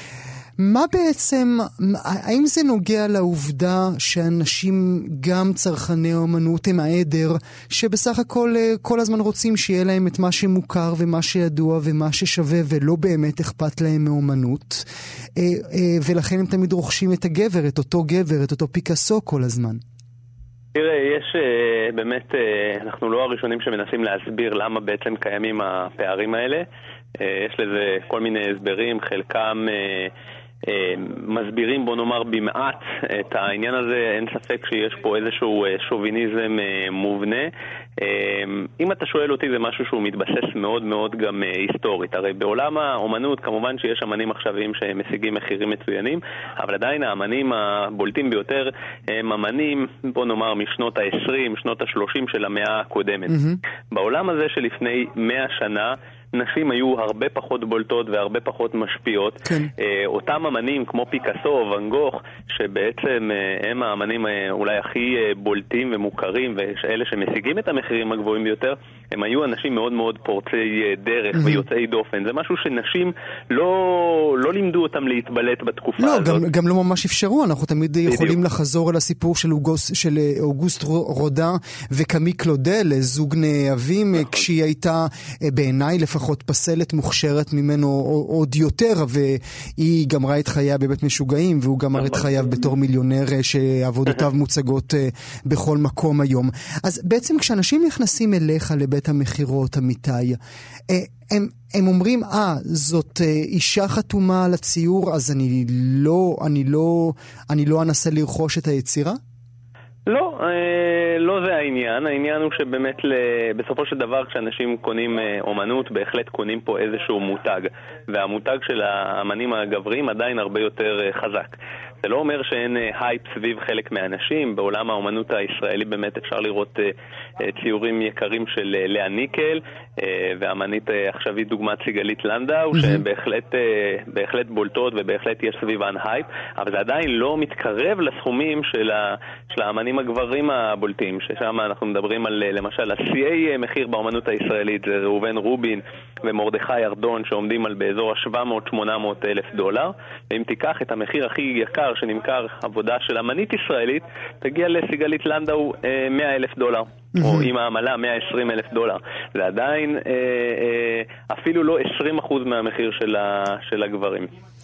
מה בעצם, האם זה נוגע לעובדה שאנשים גם צרכני אומנות הם העדר, שבסך הכל כל הזמן רוצים שיהיה להם את מה שמוכר ומה שידוע ומה ששווה ולא באמת אכפת להם מאומנות, ולכן הם תמיד רוכשים את הגבר, את אותו גבר, את אותו פיקאסו כל הזמן? תראה, יש באמת, אנחנו לא הראשונים שמנסים להסביר למה בעצם קיימים הפערים האלה. יש לזה כל מיני הסברים, חלקם מסבירים, בוא נאמר, במעט את העניין הזה. אין ספק שיש פה איזשהו שוביניזם מובנה. אם אתה שואל אותי, זה משהו שהוא מתבסס מאוד מאוד גם היסטורית. הרי בעולם האומנות כמובן שיש אמנים עכשוויים שמשיגים מחירים מצוינים, אבל עדיין האמנים הבולטים ביותר הם אמנים, בוא נאמר, משנות ה-20, שנות ה-30 של המאה הקודמת. בעולם הזה שלפני 100 שנה נשים היו הרבה פחות בולטות והרבה פחות משפיעות. כן. אותם אמנים כמו פיקאסו או ואן גוך, שבעצם הם האמנים אולי הכי בולטים ומוכרים ואלה שמשיגים את המחירים הגבוהים ביותר, הם היו אנשים מאוד מאוד פורצי דרך ויוצאי דופן. זה משהו שנשים לא לימדו אותם להתבלט בתקופה הזאת. גם לא ממש אפשרו. אנחנו תמיד יכולים לחזור על הסיפור של אוגוסט רודה וקמי קלודל, זוג נאהבים, כשהיא הייתה בעיניי לפחות פסלת מוכשרת ממנו עוד יותר, והיא גמרה את חייה בבית משוגעים, והוא גמר את חייו בתור מיליונר שעבודותיו מוצגות בכל מקום היום. אז בעצם כשאנשים נכנסים אליך לבית המחירות, עמיתי, הם אומרים, זאת אישה חתומה על הציור, אז אני לא אנסה לרכוש את היצירה? לא זה העניין. העניין הוא שבאמת בסופו של דבר כשאנשים קונים אומנות, בהחלט קונים פה איזשהו מותג, והמותג של האמנים הגברים עדיין הרבה יותר חזק. זה לא אומר שאין הייפ סביב חלק מהאנשים. בעולם האומנות הישראלי באמת אפשר לראות ציורים יקרים של לאה ניקל, והאמנית עכשווית דוגמת סיגלית לנדאו, שהן בהחלט בולטות ובהחלט יש סביבן הייפ, אבל זה עדיין לא מתקרב לסכומים של האמנים הגברים הבולטים, ששם אנחנו מדברים על למשל השיאי מחיר באומנות הישראלית, זה ראובן רובין ומרדכי ארדון, שעומדים על באזור $700,000-800,000. ואם תיקח את המחיר הכי יקר שנמכר עבודה של אמנית ישראלית, תגיע לסיגלית לנדאו $100,000, או עם העמלה $120,000. זה עדיין אפילו לא 20% מהמחיר של הגברים.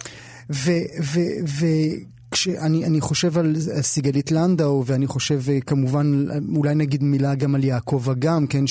כשאני חושב על סיגלית לנדאו, ואני חושב כמובן, אולי נגיד מילה גם על יעקב אגם, כן,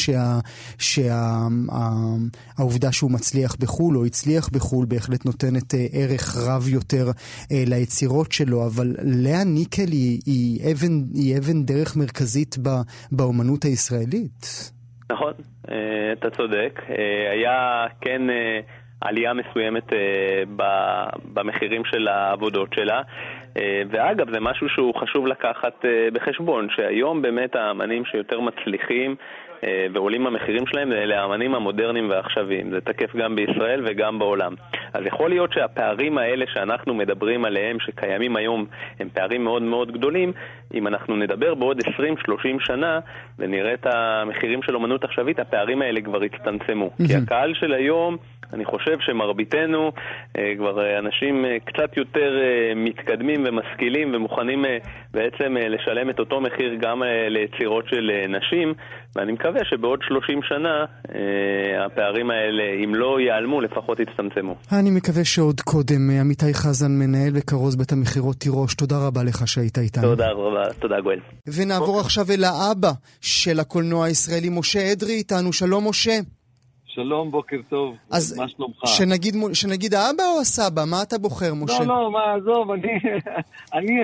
שהעובדה שהוא מצליח בחול או הצליח בחול בהחלט נותנת ערך רב יותר ליצירות שלו, אבל לאה ניקל היא אבן דרך מרכזית באומנות הישראלית. נכון, אתה צודק. היה כן עלייה מסוימת במחירים של העבודות שלה, ואגב זה משהו שהוא חשוב לקחת בחשבון, שהיום באמת האמנים שיותר מצליחים ועולים המחירים שלהם אלה האמנים המודרניים והעכשוויים. זה תקף גם בישראל וגם בעולם. אז יכול להיות שהפערים האלה שאנחנו מדברים עליהם, שקיימים היום, הם פערים מאוד מאוד גדולים. אם אנחנו נדבר בעוד 20-30 שנה ונראה את המחירים של אומנות עכשווית, הפערים האלה כבר הצטמצמו. כי הקהל של היום, אני חושב שמרביתנו כבר אנשים קצת יותר מתקדמים ומשכילים ומוכנים בעצם לשלם את אותו מחיר גם ליצירות של נשים, ואני מקווה שבעוד 30 שנה הפערים האלה, אם לא ייעלמו, לפחות יצטמצמו. אני מקווה שעוד קודם. עמיתי חזן, מנהל וכרוז בית המחירות תירוש, תודה רבה לך שהיית איתנו. תודה רבה, תודה גואל. ונעבור עכשיו אל האבא של הקולנוע הישראלי, משה אדרי איתנו. שלום משה. שלום, בוקר טוב. אז מה שלומך? שנגיד האבא או הסבא? מה אתה בוחר, משה? לא, מה, עזוב, אני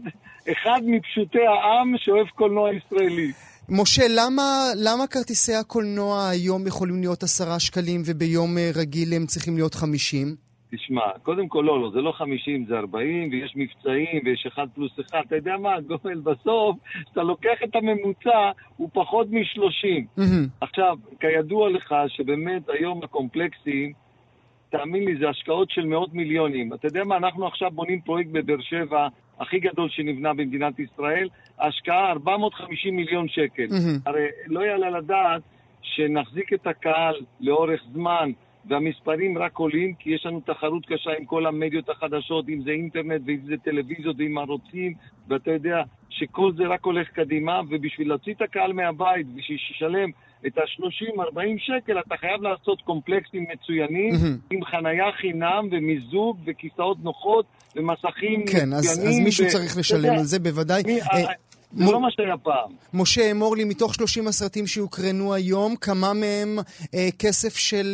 אחד מפשוטי העם שאוהב קולנוע ישראלי. משה, למה כרטיסי הקולנוע היום יכולים להיות 10 שקלים וביום רגיל הם צריכים להיות 50? תשמע, קודם כל לא, זה לא 50, זה 40, ויש מבצעים, ויש 1+1. אתה יודע מה, גואל, בסוף, אתה לוקח את הממוצע, הוא פחות מ-30. עכשיו, כידוע לך שבאמת היום הקומפלקסים, תאמין לי, זה השקעות של מאות מיליונים. אתה יודע מה, אנחנו עכשיו בונים פרויקט בבאר שבע, הכי גדול שנבנה במדינת ישראל, השקעה 450 מיליון שקל. הרי לא יעלה לדעת שנחזיק את הקהל לאורך זמן, והמספרים רק עולים, כי יש לנו תחרות קשה עם כל המדיות החדשות, אם זה אינטרנט ואם זה טלוויזיות ועם ערוצים, ואתה יודע שכל זה רק הולך קדימה, ובשביל להוציא את הקהל מהבית, בשביל שישלם את ה-30-40 שקל, אתה חייב לעשות קומפלקסים מצוינים, עם חנייה חינם ומיזוג וכיסאות נוחות ומסכים כן, אז מישהו צריך לשלם על זה בוודאי. זה לא מה שהיה פעם. משה, אמור לי, מתוך 30 הסרטים שהוקרנו היום, כמה מהם כסף של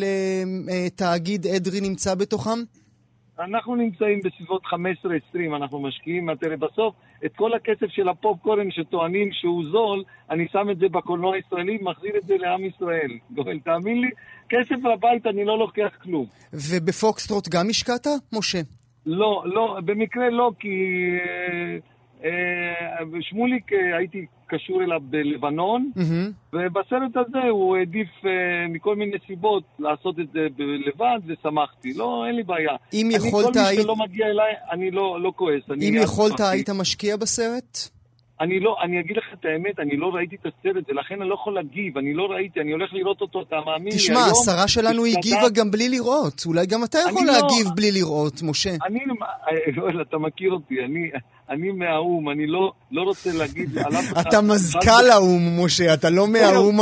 תאגיד אדרי נמצא בתוכם? אנחנו נמצאים בסביבות 15-20, אנחנו משקיעים, תראה, בסוף את כל הכסף של הפופקורן שטוענים שהוא זול, אני שם את זה בקולנוע הישראלי, מחזיר את זה לעם ישראל. גואל, תאמין לי, כסף לבית אני לא לוקח כלום. ובפוקסטרוט גם השקעת, משה? לא, במקרה לא, כי שמוליק הייתי קשור אליו בלבנון, ובסרט הזה הוא העדיף מכל מיני סיבות לעשות את זה לבד, ושמחתי. לא, אין לי בעיה. אם יכולת... כל מי שלא מגיע אליי, אני לא כועס. אם יכולת, היית משקיע בסרט? אני אגיד לך את האמת, אני לא ראיתי את הסרט, ולכן אני לא יכול להגיב, אני לא ראיתי, אני הולך לראות אותו, אתה מאמין לי. תשמע, השרה שלנו הגיבה גם בלי לראות, אולי גם אתה יכול להגיב בלי לראות, משה. אתה מכיר אותי, אני מהאום, אני לא רוצה להגיד עליו... אתה מזכ"ל האום, משה, אתה לא מהאום.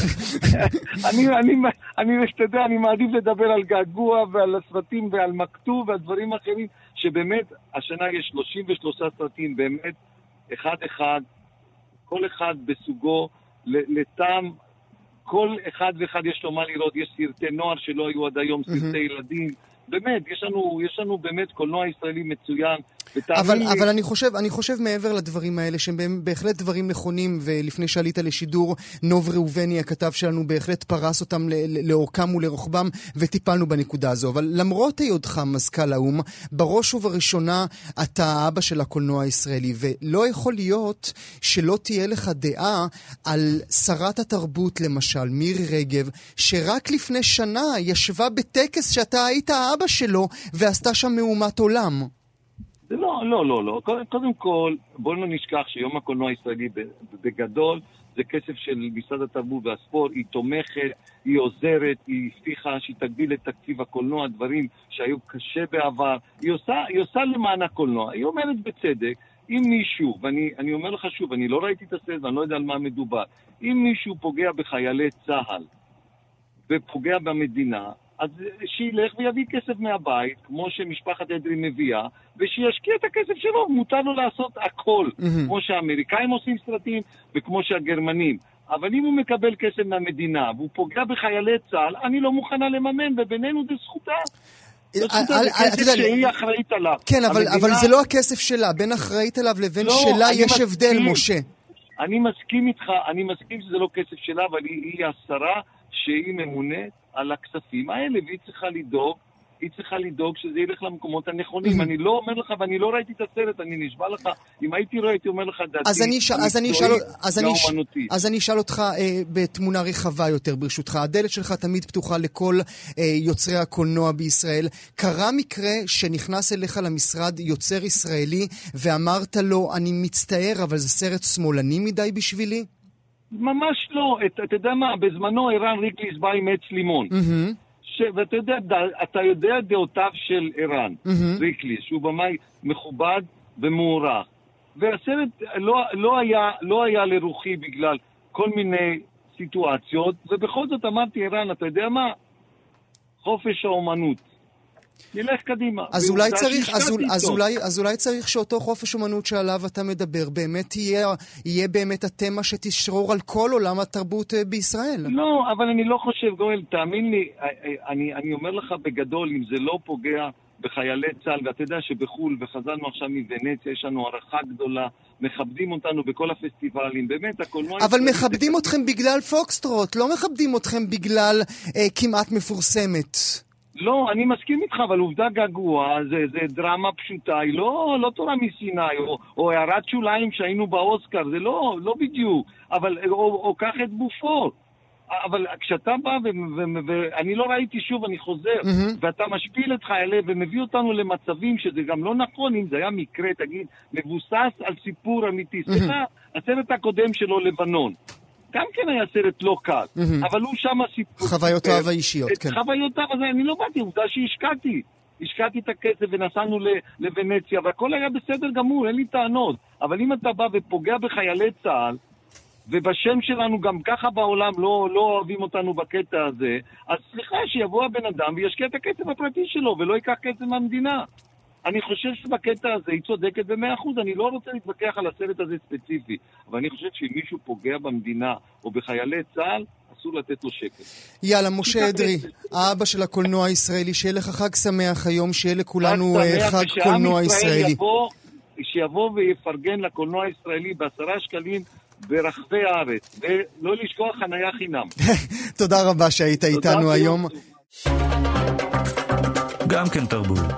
אתה יודע, אני מעדיף לדבר על געגוע ועל הסרטים ועל מקטוב ועל דברים אחרים, שבאמת, השנה יש 33 סרטים, באמת, אחד, כל אחד בסוגו, לטעם, כל אחד ואחד יש לו מה לראות, יש סרטי נוער שלא היו עד היום, סרטי ילדים, באמת, יש לנו באמת קולנוע ישראלי מצוין. אבל אני חושב מעבר לדברים האלה, שהם בהחלט דברים נכונים, ולפני שעלית לשידור, נוב ראובני, הכתב שלנו, בהחלט פרס אותם לאורכם ולרוחבם, וטיפלנו בנקודה הזו. אבל למרות היותך מזכ"ל האום, בראש ובראשונה אתה אבא של הקולנוע הישראלי, ולא יכול להיות שלא תהיה לך דעה על שרת התרבות, למשל, מירי רגב, שרק לפני שנה ישבה בטקס שאתה היית האבא שלו, ועשתה שם מהומת עולם. לא. קודם כל, בואו לא נשכח שיום הקולנוע הישראלי בגדול זה כסף של משרד התרבות והספורט, היא תומכת, היא עוזרת, היא הבטיחה שהיא תגדיל את תקציב הקולנוע, דברים שהיו קשה בעבר, היא עושה למען הקולנוע, היא אומרת בצדק, אם מישהו, ואני אומר לך שוב, אני לא ראיתי את הסרט ואני לא יודע על מה מדובר, אם מישהו פוגע בחיילי צה"ל ופוגע במדינה, אז שילך ויביא כסף מהבית, כמו שמשפחת אדרי מביאה, ושישקיע את הכסף שלו, מותר לו לעשות הכל, כמו שהאמריקאים עושים סרטים, וכמו שהגרמנים. אבל אם הוא מקבל כסף מהמדינה, והוא פוגע בחיילי צה"ל, אני לא מוכנה לממן, ובינינו זה זכותה. זה כסף שהיא אחראית עליו. כן, אבל זה לא הכסף שלה, בין אחראית עליו לבין שלה יש הבדל, משה. אני מסכים איתך, אני מסכים שזה לא כסף שלה, אבל היא השרה שהיא ממונה על הכספים האלה, והיא צריכה לדאוג, היא צריכה לדאוג שזה ילך למקומות הנכונים. אני לא אומר לך, ואני לא ראיתי את הסרט, אני נשבע לך, אם הייתי רואה, הייתי אומר לך דעתי. אז אני אשאל אותך בתמונה רחבה יותר, ברשותך. הדלת שלך תמיד פתוחה לכל יוצרי הקולנוע בישראל. קרה מקרה שנכנס אליך למשרד יוצר ישראלי, ואמרת לו, אני מצטער, אבל זה סרט שמאלני מדי בשבילי? ממש לא. אתה יודע מה, בזמנו ערן ריקליס בא עם עץ לימון. ואתה יודע דעותיו של ערן ריקליס, שהוא במאי מכובד ומוערך. והסרט לא היה לרוחי בגלל כל מיני סיטואציות, ובכל זאת אמרתי, ערן, אתה יודע מה? חופש האומנות. נלך קדימה. אז אולי צריך שאותו חופש אומנות שעליו אתה מדבר באמת יהיה באמת התמה שתשרור על כל עולם התרבות בישראל. לא, אבל אני לא חושב, גואל, תאמין לי, אני אומר לך בגדול, אם זה לא פוגע בחיילי צה"ל, ואתה יודע שבחול, וחזרנו עכשיו מוונציה, יש לנו הערכה גדולה, מכבדים אותנו בכל הפסטיבלים, באמת הקולנוע... אבל מכבדים אתכם בגלל פוקסטרוט, לא מכבדים אתכם בגלל כמעט מפורסמת. לא, אני מסכים איתך, אבל עובדה געגוע, זה דרמה פשוטה, היא לא תורה מסיני, או הערת שוליים שהיינו באוסקר, זה לא בדיוק, אבל, או קח את בופור. אבל כשאתה בא, ואני לא ראיתי שוב, אני חוזר, ואתה משפיל את חיילי, ומביא אותנו למצבים שזה גם לא נכון, אם זה היה מקרה, תגיד, מבוסס על סיפור אמיתי. סליחה, הסרט הקודם שלו, לבנון. גם כן היה סרט לא קל, אבל הוא שם סיפור. חוויותיו האישיות, כן. חוויותיו, אז אני לא באתי, עובדה השקעתי את הכסף ונסענו לוונציה, והכל היה בסדר גמור, אין לי טענות. אבל אם אתה בא ופוגע בחיילי צה"ל, ובשם שלנו גם ככה בעולם לא אוהבים אותנו בקטע הזה, אז סליחה שיבוא הבן אדם וישקיע את הכסף הפרטי שלו, ולא ייקח כסף מהמדינה. אני חושב שבקטע הזה היא צודקת ב100%, אני לא רוצה להתווכח על הסרט הזה ספציפי, אבל אני חושב שאם מישהו פוגע במדינה או בחיילי צה"ל, אסור לתת לו שקל. יאללה, משה אדרי, האבא של הקולנוע הישראלי, שיהיה לך חג שמח היום, שיהיה לכולנו חג קולנוע ישראלי. שיבוא ויפרגן לקולנוע הישראלי ב10 שקלים ברחבי הארץ, ולא לשכוח חניה חינם. תודה רבה שהיית איתנו היום. גם כן תרבות.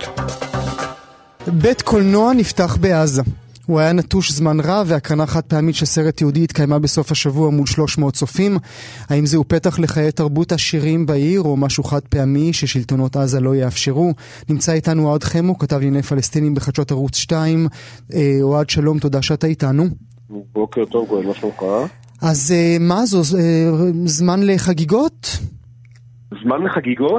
בית קולנוע נפתח בעזה. הוא היה נטוש זמן רב, והקרנה חד פעמית של סרט יהודי התקיימה בסוף השבוע מול 300 צופים. האם זהו פתח לחיי תרבות עשירים בעיר, או משהו חד פעמי ששלטונות עזה לא יאפשרו? נמצא איתנו אוהד חמו, כתב לענייני פלסטינים בחדשות ערוץ 2. אוהד, שלום, תודה שאתה איתנו. בוקר טוב, גואל, מה שלומך? אז מה זו, זמן לחגיגות? זמן לחגיגות?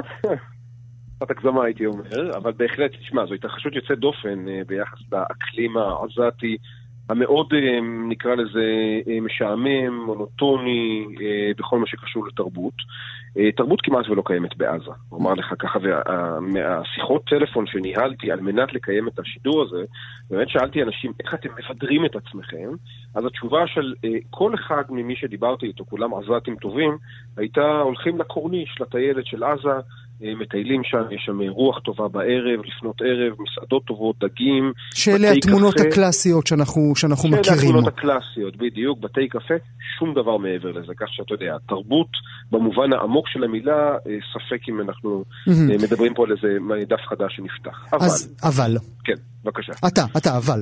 קצת הגזמה הייתי אומר, אבל בהחלט, תשמע, זו התרחשות יוצאת דופן ביחס לאקלים העזתי, המאוד, נקרא לזה, משעמם, מונוטוני, בכל מה שקשור לתרבות. תרבות כמעט ולא קיימת בעזה. אומר לך ככה, והשיחות טלפון שניהלתי על מנת לקיים את השידור הזה, באמת שאלתי אנשים, איך אתם מפדרים את עצמכם? אז התשובה של כל אחד ממי שדיברתי איתו, כולם עזתים טובים, הייתה הולכים לקורניש, לטיילת של עזה, מטיילים שם, יש שם רוח טובה בערב, לפנות ערב, מסעדות טובות, דגים, שאלה התמונות הקלאסיות שאנחנו מכירים. שאלה התמונות הקלאסיות, בדיוק, בתי קפה, שום דבר מעבר לזה, כך שאתה יודע, תרבות במובן העמוק של המילה, ספק אם אנחנו מדברים פה על איזה דף חדש שנפתח. אבל. כן, בבקשה. אבל.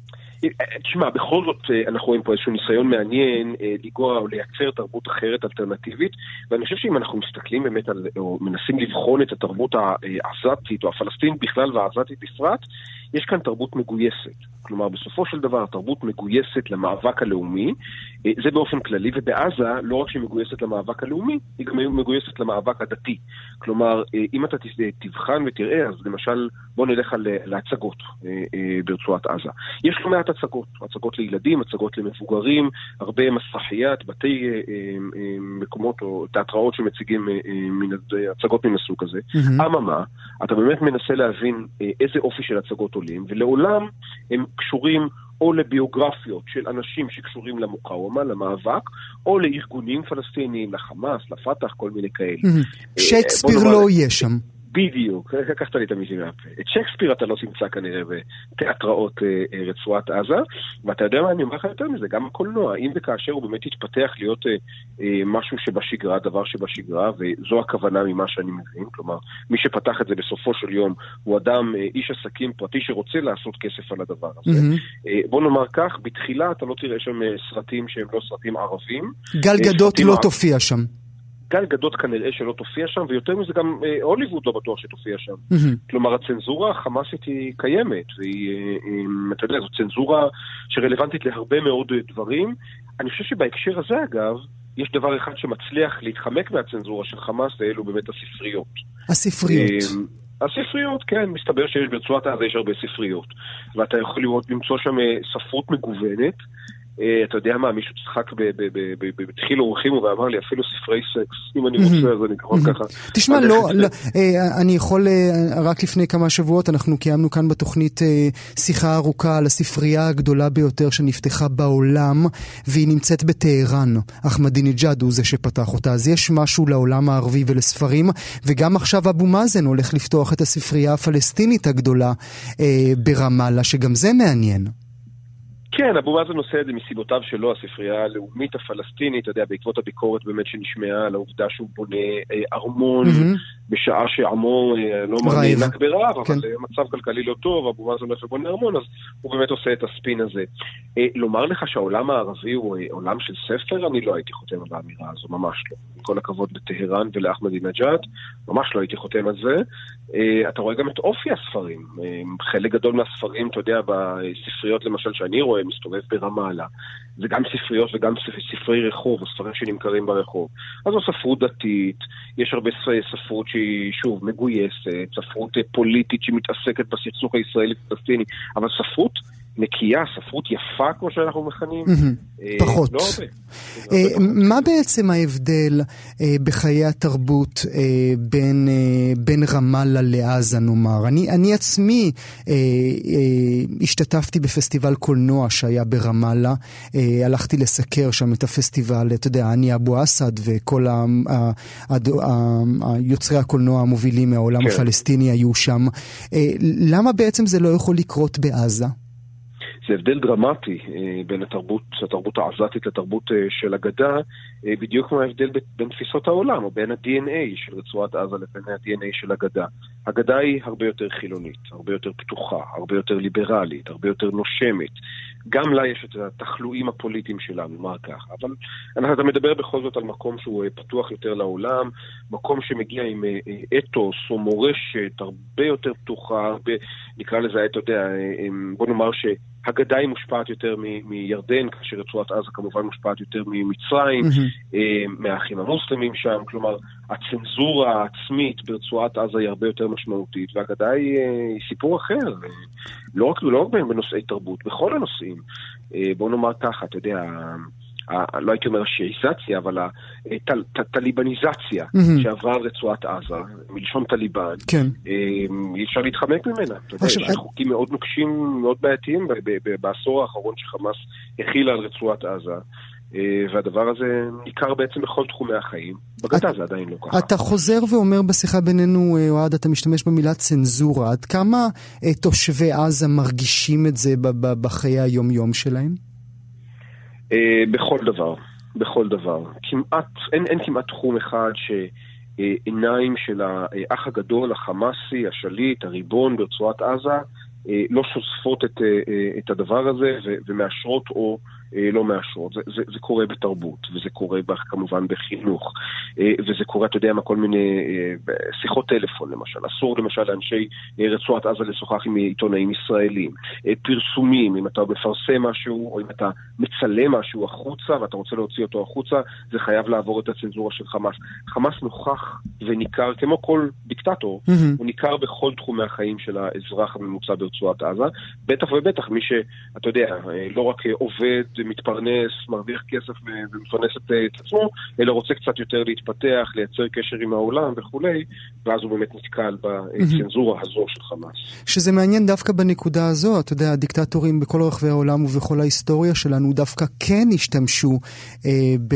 תשמע, בכל זאת אנחנו רואים פה איזשהו ניסיון מעניין לגוע או לייצר תרבות אחרת אלטרנטיבית, ואני חושב שאם אנחנו מסתכלים באמת על, או מנסים לבחון את התרבות העזתית או הפלסטינית בכלל והעזתית בפרט, יש כאן תרבות מגויסת. כלומר, בסופו של דבר, התרבות מגויסת למאבק הלאומי, זה באופן כללי, ובעזה, לא רק שהיא מגויסת למאבק הלאומי, היא גם מגויסת למאבק הדתי. כלומר, אם אתה תבחן ותראה, אז למשל, בוא נלך על הצגות ברצועת עזה. יש לא מעט הצגות לילדים, הצגות למבוגרים, הרבה מסרחיית, בתי מקומות או תיאטראות שמציגים הצגות מן הסוג הזה. אממה, אתה באמת מנסה להבין איזה אופי של הצגות עולים, ולעולם הם קשורים או לביוגרפיות של אנשים שקשורים למוקאומה, למאבק, או לארגונים פלסטיניים, לחמאס, לפתח, כל מיני כאלה. שייקספיר לא יהיה שם. בדיוק, לקחת לי את המילים מהפה. את שייקספיר אתה לא תמצא כנראה בתיאטראות רצועת עזה, ואתה יודע מה, אני אומר לך יותר מזה, גם הקולנוע, אם וכאשר הוא באמת יתפתח להיות משהו שבשגרה, דבר שבשגרה, וזו הכוונה ממה שאני מבין, כלומר, מי שפתח את זה בסופו של יום, הוא אדם, איש עסקים פרטי שרוצה לעשות כסף על הדבר הזה. בוא נאמר כך, בתחילה אתה לא תראה שם סרטים שהם לא סרטים ערבים. גל גדות לא תופיע שם. גל גדות כנראה שלא תופיע שם, ויותר מזה גם הוליווד לא בטוח שתופיע שם. כלומר, הצנזורה החמאסית היא קיימת, והיא, אתה יודע, זו צנזורה שרלוונטית להרבה מאוד דברים. אני חושב שבהקשר הזה, אגב, יש דבר אחד שמצליח להתחמק מהצנזורה של חמאס, ואלו באמת הספריות. הספריות, כן, מסתבר שיש ברצועת עזה יש הרבה ספריות, ואתה יכול למצוא שם ספרות מגוונת. אתה יודע מה, מישהו צחק בתחיל אורחים ואמר לי, אפילו ספרי סקס, אם אני רוצה, אז אני קרוב ככה. תשמע, אני יכול, רק לפני כמה שבועות, אנחנו קיימנו כאן בתוכנית שיחה ארוכה על הספרייה הגדולה ביותר שנפתחה בעולם, והיא נמצאת בטהרן. אחמדינג'אד הוא זה שפתח אותה, אז יש משהו לעולם הערבי ולספרים, וגם עכשיו אבו מאזן הולך לפתוח את הספרייה הפלסטינית הגדולה ברמאללה, שגם זה מעניין. כן, אבו מאזן עושה את זה מסיבותיו שלו, הספרייה הלאומית הפלסטינית, אתה יודע, בעקבות הביקורת באמת שנשמעה על העובדה שהוא בונה ארמון, בשעה שעמו לא נאנק ברעב, אבל מצב כלכלי לא טוב, אבו מאזן הולך ובונה ארמון, אז הוא באמת עושה את הספין הזה. לומר לך שהעולם הערבי הוא עולם של ספר, אני לא הייתי חותם על האמירה הזו, ממש לא. עם כל הכבוד לטהרן ולאחמדינג'אד, ממש לא הייתי חותם על זה. אתה רואה גם את אופי הספרים. חלק גדול מהספרים, אתה יודע, בספריות למשל שאני רואה, מסתובב ברמאללה. זה גם ספריות וגם ספרי רחוב, הספרים שנמכרים ברחוב. אז זו ספרות דתית, יש הרבה ספרות שהיא, שוב, מגויסת, ספרות פוליטית שמתעסקת בסכסוך הישראלי-פלסטיני, אבל ספרות נקייה, ספרות יפה, כמו שאנחנו מכנים. פחות. לא הרבה. מה בעצם ההבדל בחיי התרבות בין רמאללה לעזה, נאמר? אני עצמי השתתפתי בפסטיבל קולנוע שהיה ברמאללה, הלכתי לסקר שם את הפסטיבל, אתה יודע, אני אבו אסד וכל יוצרי הקולנוע המובילים מהעולם הפלסטיני היו שם. למה בעצם זה לא יכול לקרות בעזה? זה הבדל דרמטי בין התרבות העזתית לתרבות של הגדה, בדיוק כמו ההבדל בין תפיסות העולם, או בין ה-DNA של רצועת עזה לבין ה-DNA של הגדה. הגדה היא הרבה יותר חילונית, הרבה יותר פתוחה, הרבה יותר ליברלית, הרבה יותר נושמת. גם לה יש את התחלואים הפוליטיים שלנו, נאמר כך. אבל אתה מדבר בכל זאת על מקום שהוא פתוח יותר לעולם, מקום שמגיע עם אתוס או מורשת הרבה יותר פתוחה, נקרא לזה, אתה יודע, בוא נאמר שהגדה היא מושפעת יותר מירדן, כאשר רצועת עזה כמובן מושפעת יותר ממצרים, מהאחים המוסלמים שם, כלומר, הצנזורה העצמית ברצועת עזה היא הרבה יותר משמעותית, והגדה היא סיפור אחר, לא רק בנושאי תרבות, בכל הנושאים. בואו נאמר ככה, אתה יודע, לא הייתי אומר שיעיזציה, אבל הטליבניזציה שעברה על רצועת עזה, מלשון טליבן, אי אפשר להתחמק ממנה. אתה יודע, יש חוקים מאוד נוקשים, מאוד בעייתיים בעשור האחרון שחמאס הכילה על רצועת עזה, והדבר הזה ניכר בעצם בכל תחומי החיים. בגדה זה עדיין לא ככה. אתה חוזר ואומר בשיחה בינינו, אוהד, אתה משתמש במילה צנזורה. עד כמה תושבי עזה מרגישים את זה בחיי היום-יום שלהם? בכל דבר. אין כמעט תחום אחד שעיניים של האח הגדול, החמאסי, השליט, הריבון ברצועת עזה, לא שוספות את הדבר הזה ומאשרות או לא מאשרות. זה קורה בתרבות, וזה קורה כמובן בחינוך, וזה קורה, אתה יודע, כל מיני שיחות טלפון למשל. אסור למשל לאנשי רצועת עזה לשוחח עם עיתונאים ישראלים. פרסומים, אם אתה מפרסם משהו, או אם אתה מצלם משהו החוצה, ואתה רוצה להוציא אותו החוצה, זה חייב לעבור את הצנזורה של חמאס. חמאס נוכח וניכר, כמו כל דיקטטור, הוא ניכר בכל תחומי החיים של האזרח הממוצע ברצועת עזה. בטח ובטח, מי שאתה יודע, לא רק עובד, מתפרנס, מרוויח כסף ומפרנס את עצמו, אלא רוצה קצת יותר להתפתח, לייצר קשר עם העולם וכולי, ואז הוא באמת נתקל בצנזורה הזו של חמאס. שזה מעניין דווקא בנקודה הזו, אתה יודע, הדיקטטורים בכל רחבי העולם ובכל ההיסטוריה שלנו דווקא כן השתמשו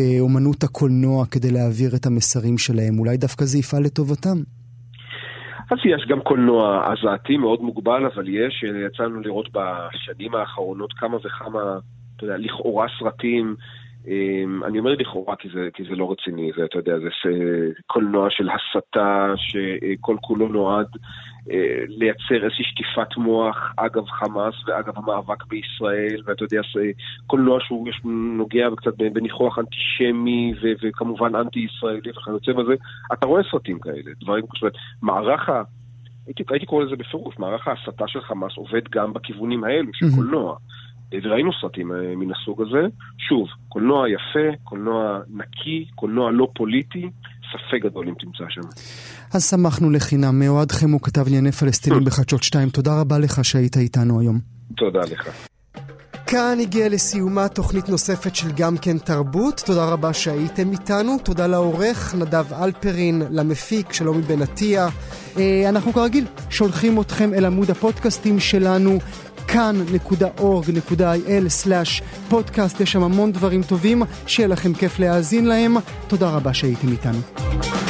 באומנות הקולנוע כדי להעביר את המסרים שלהם. אולי דווקא זה יפעל לטובתם? אז יש גם קולנוע הזעתי מאוד מוגבל, אבל יצאנו לראות בשנים האחרונות כמה וכמה, אתה יודע, לכאורה סרטים, אני אומר לכאורה כי זה לא רציני, זה, אתה יודע, זה קולנוע של הסתה שכל כולו נועד לייצר איזושהי שטיפת מוח אגב חמאס ואגב המאבק בישראל, ואתה יודע, קולנוע שהוא נוגע קצת בניחוח אנטישמי וכמובן אנטי-ישראלי וכיוצא בזה. אתה רואה סרטים כאלה, דברים כמו מערך הייתי קורא לזה בפירוש, מערך ההסתה של חמאס עובד גם בכיוונים האלו של קולנוע. וראינו סרטים מן הסוג הזה. שוב, קולנוע יפה, קולנוע נקי, קולנוע לא פוליטי, ספק גדול אם תמצא שם. אז שמחנו לחינם. מאוהד חמו, כתב לענייני פלסטינים בחדשות 2. תודה רבה לך שהיית איתנו היום. תודה לך. כאן הגיעה לסיומה תוכנית נוספת של גם כן תרבות. תודה רבה שהייתם איתנו. תודה לעורך נדב אלפרין, למפיק שלומי בן עטיה. אנחנו כרגיל שולחים אתכם אל עמוד הפודקאסטים שלנו kan.org.il/podcast. יש שם המון דברים טובים, שיהיה לכם כיף להאזין להם. תודה רבה שהייתם איתנו.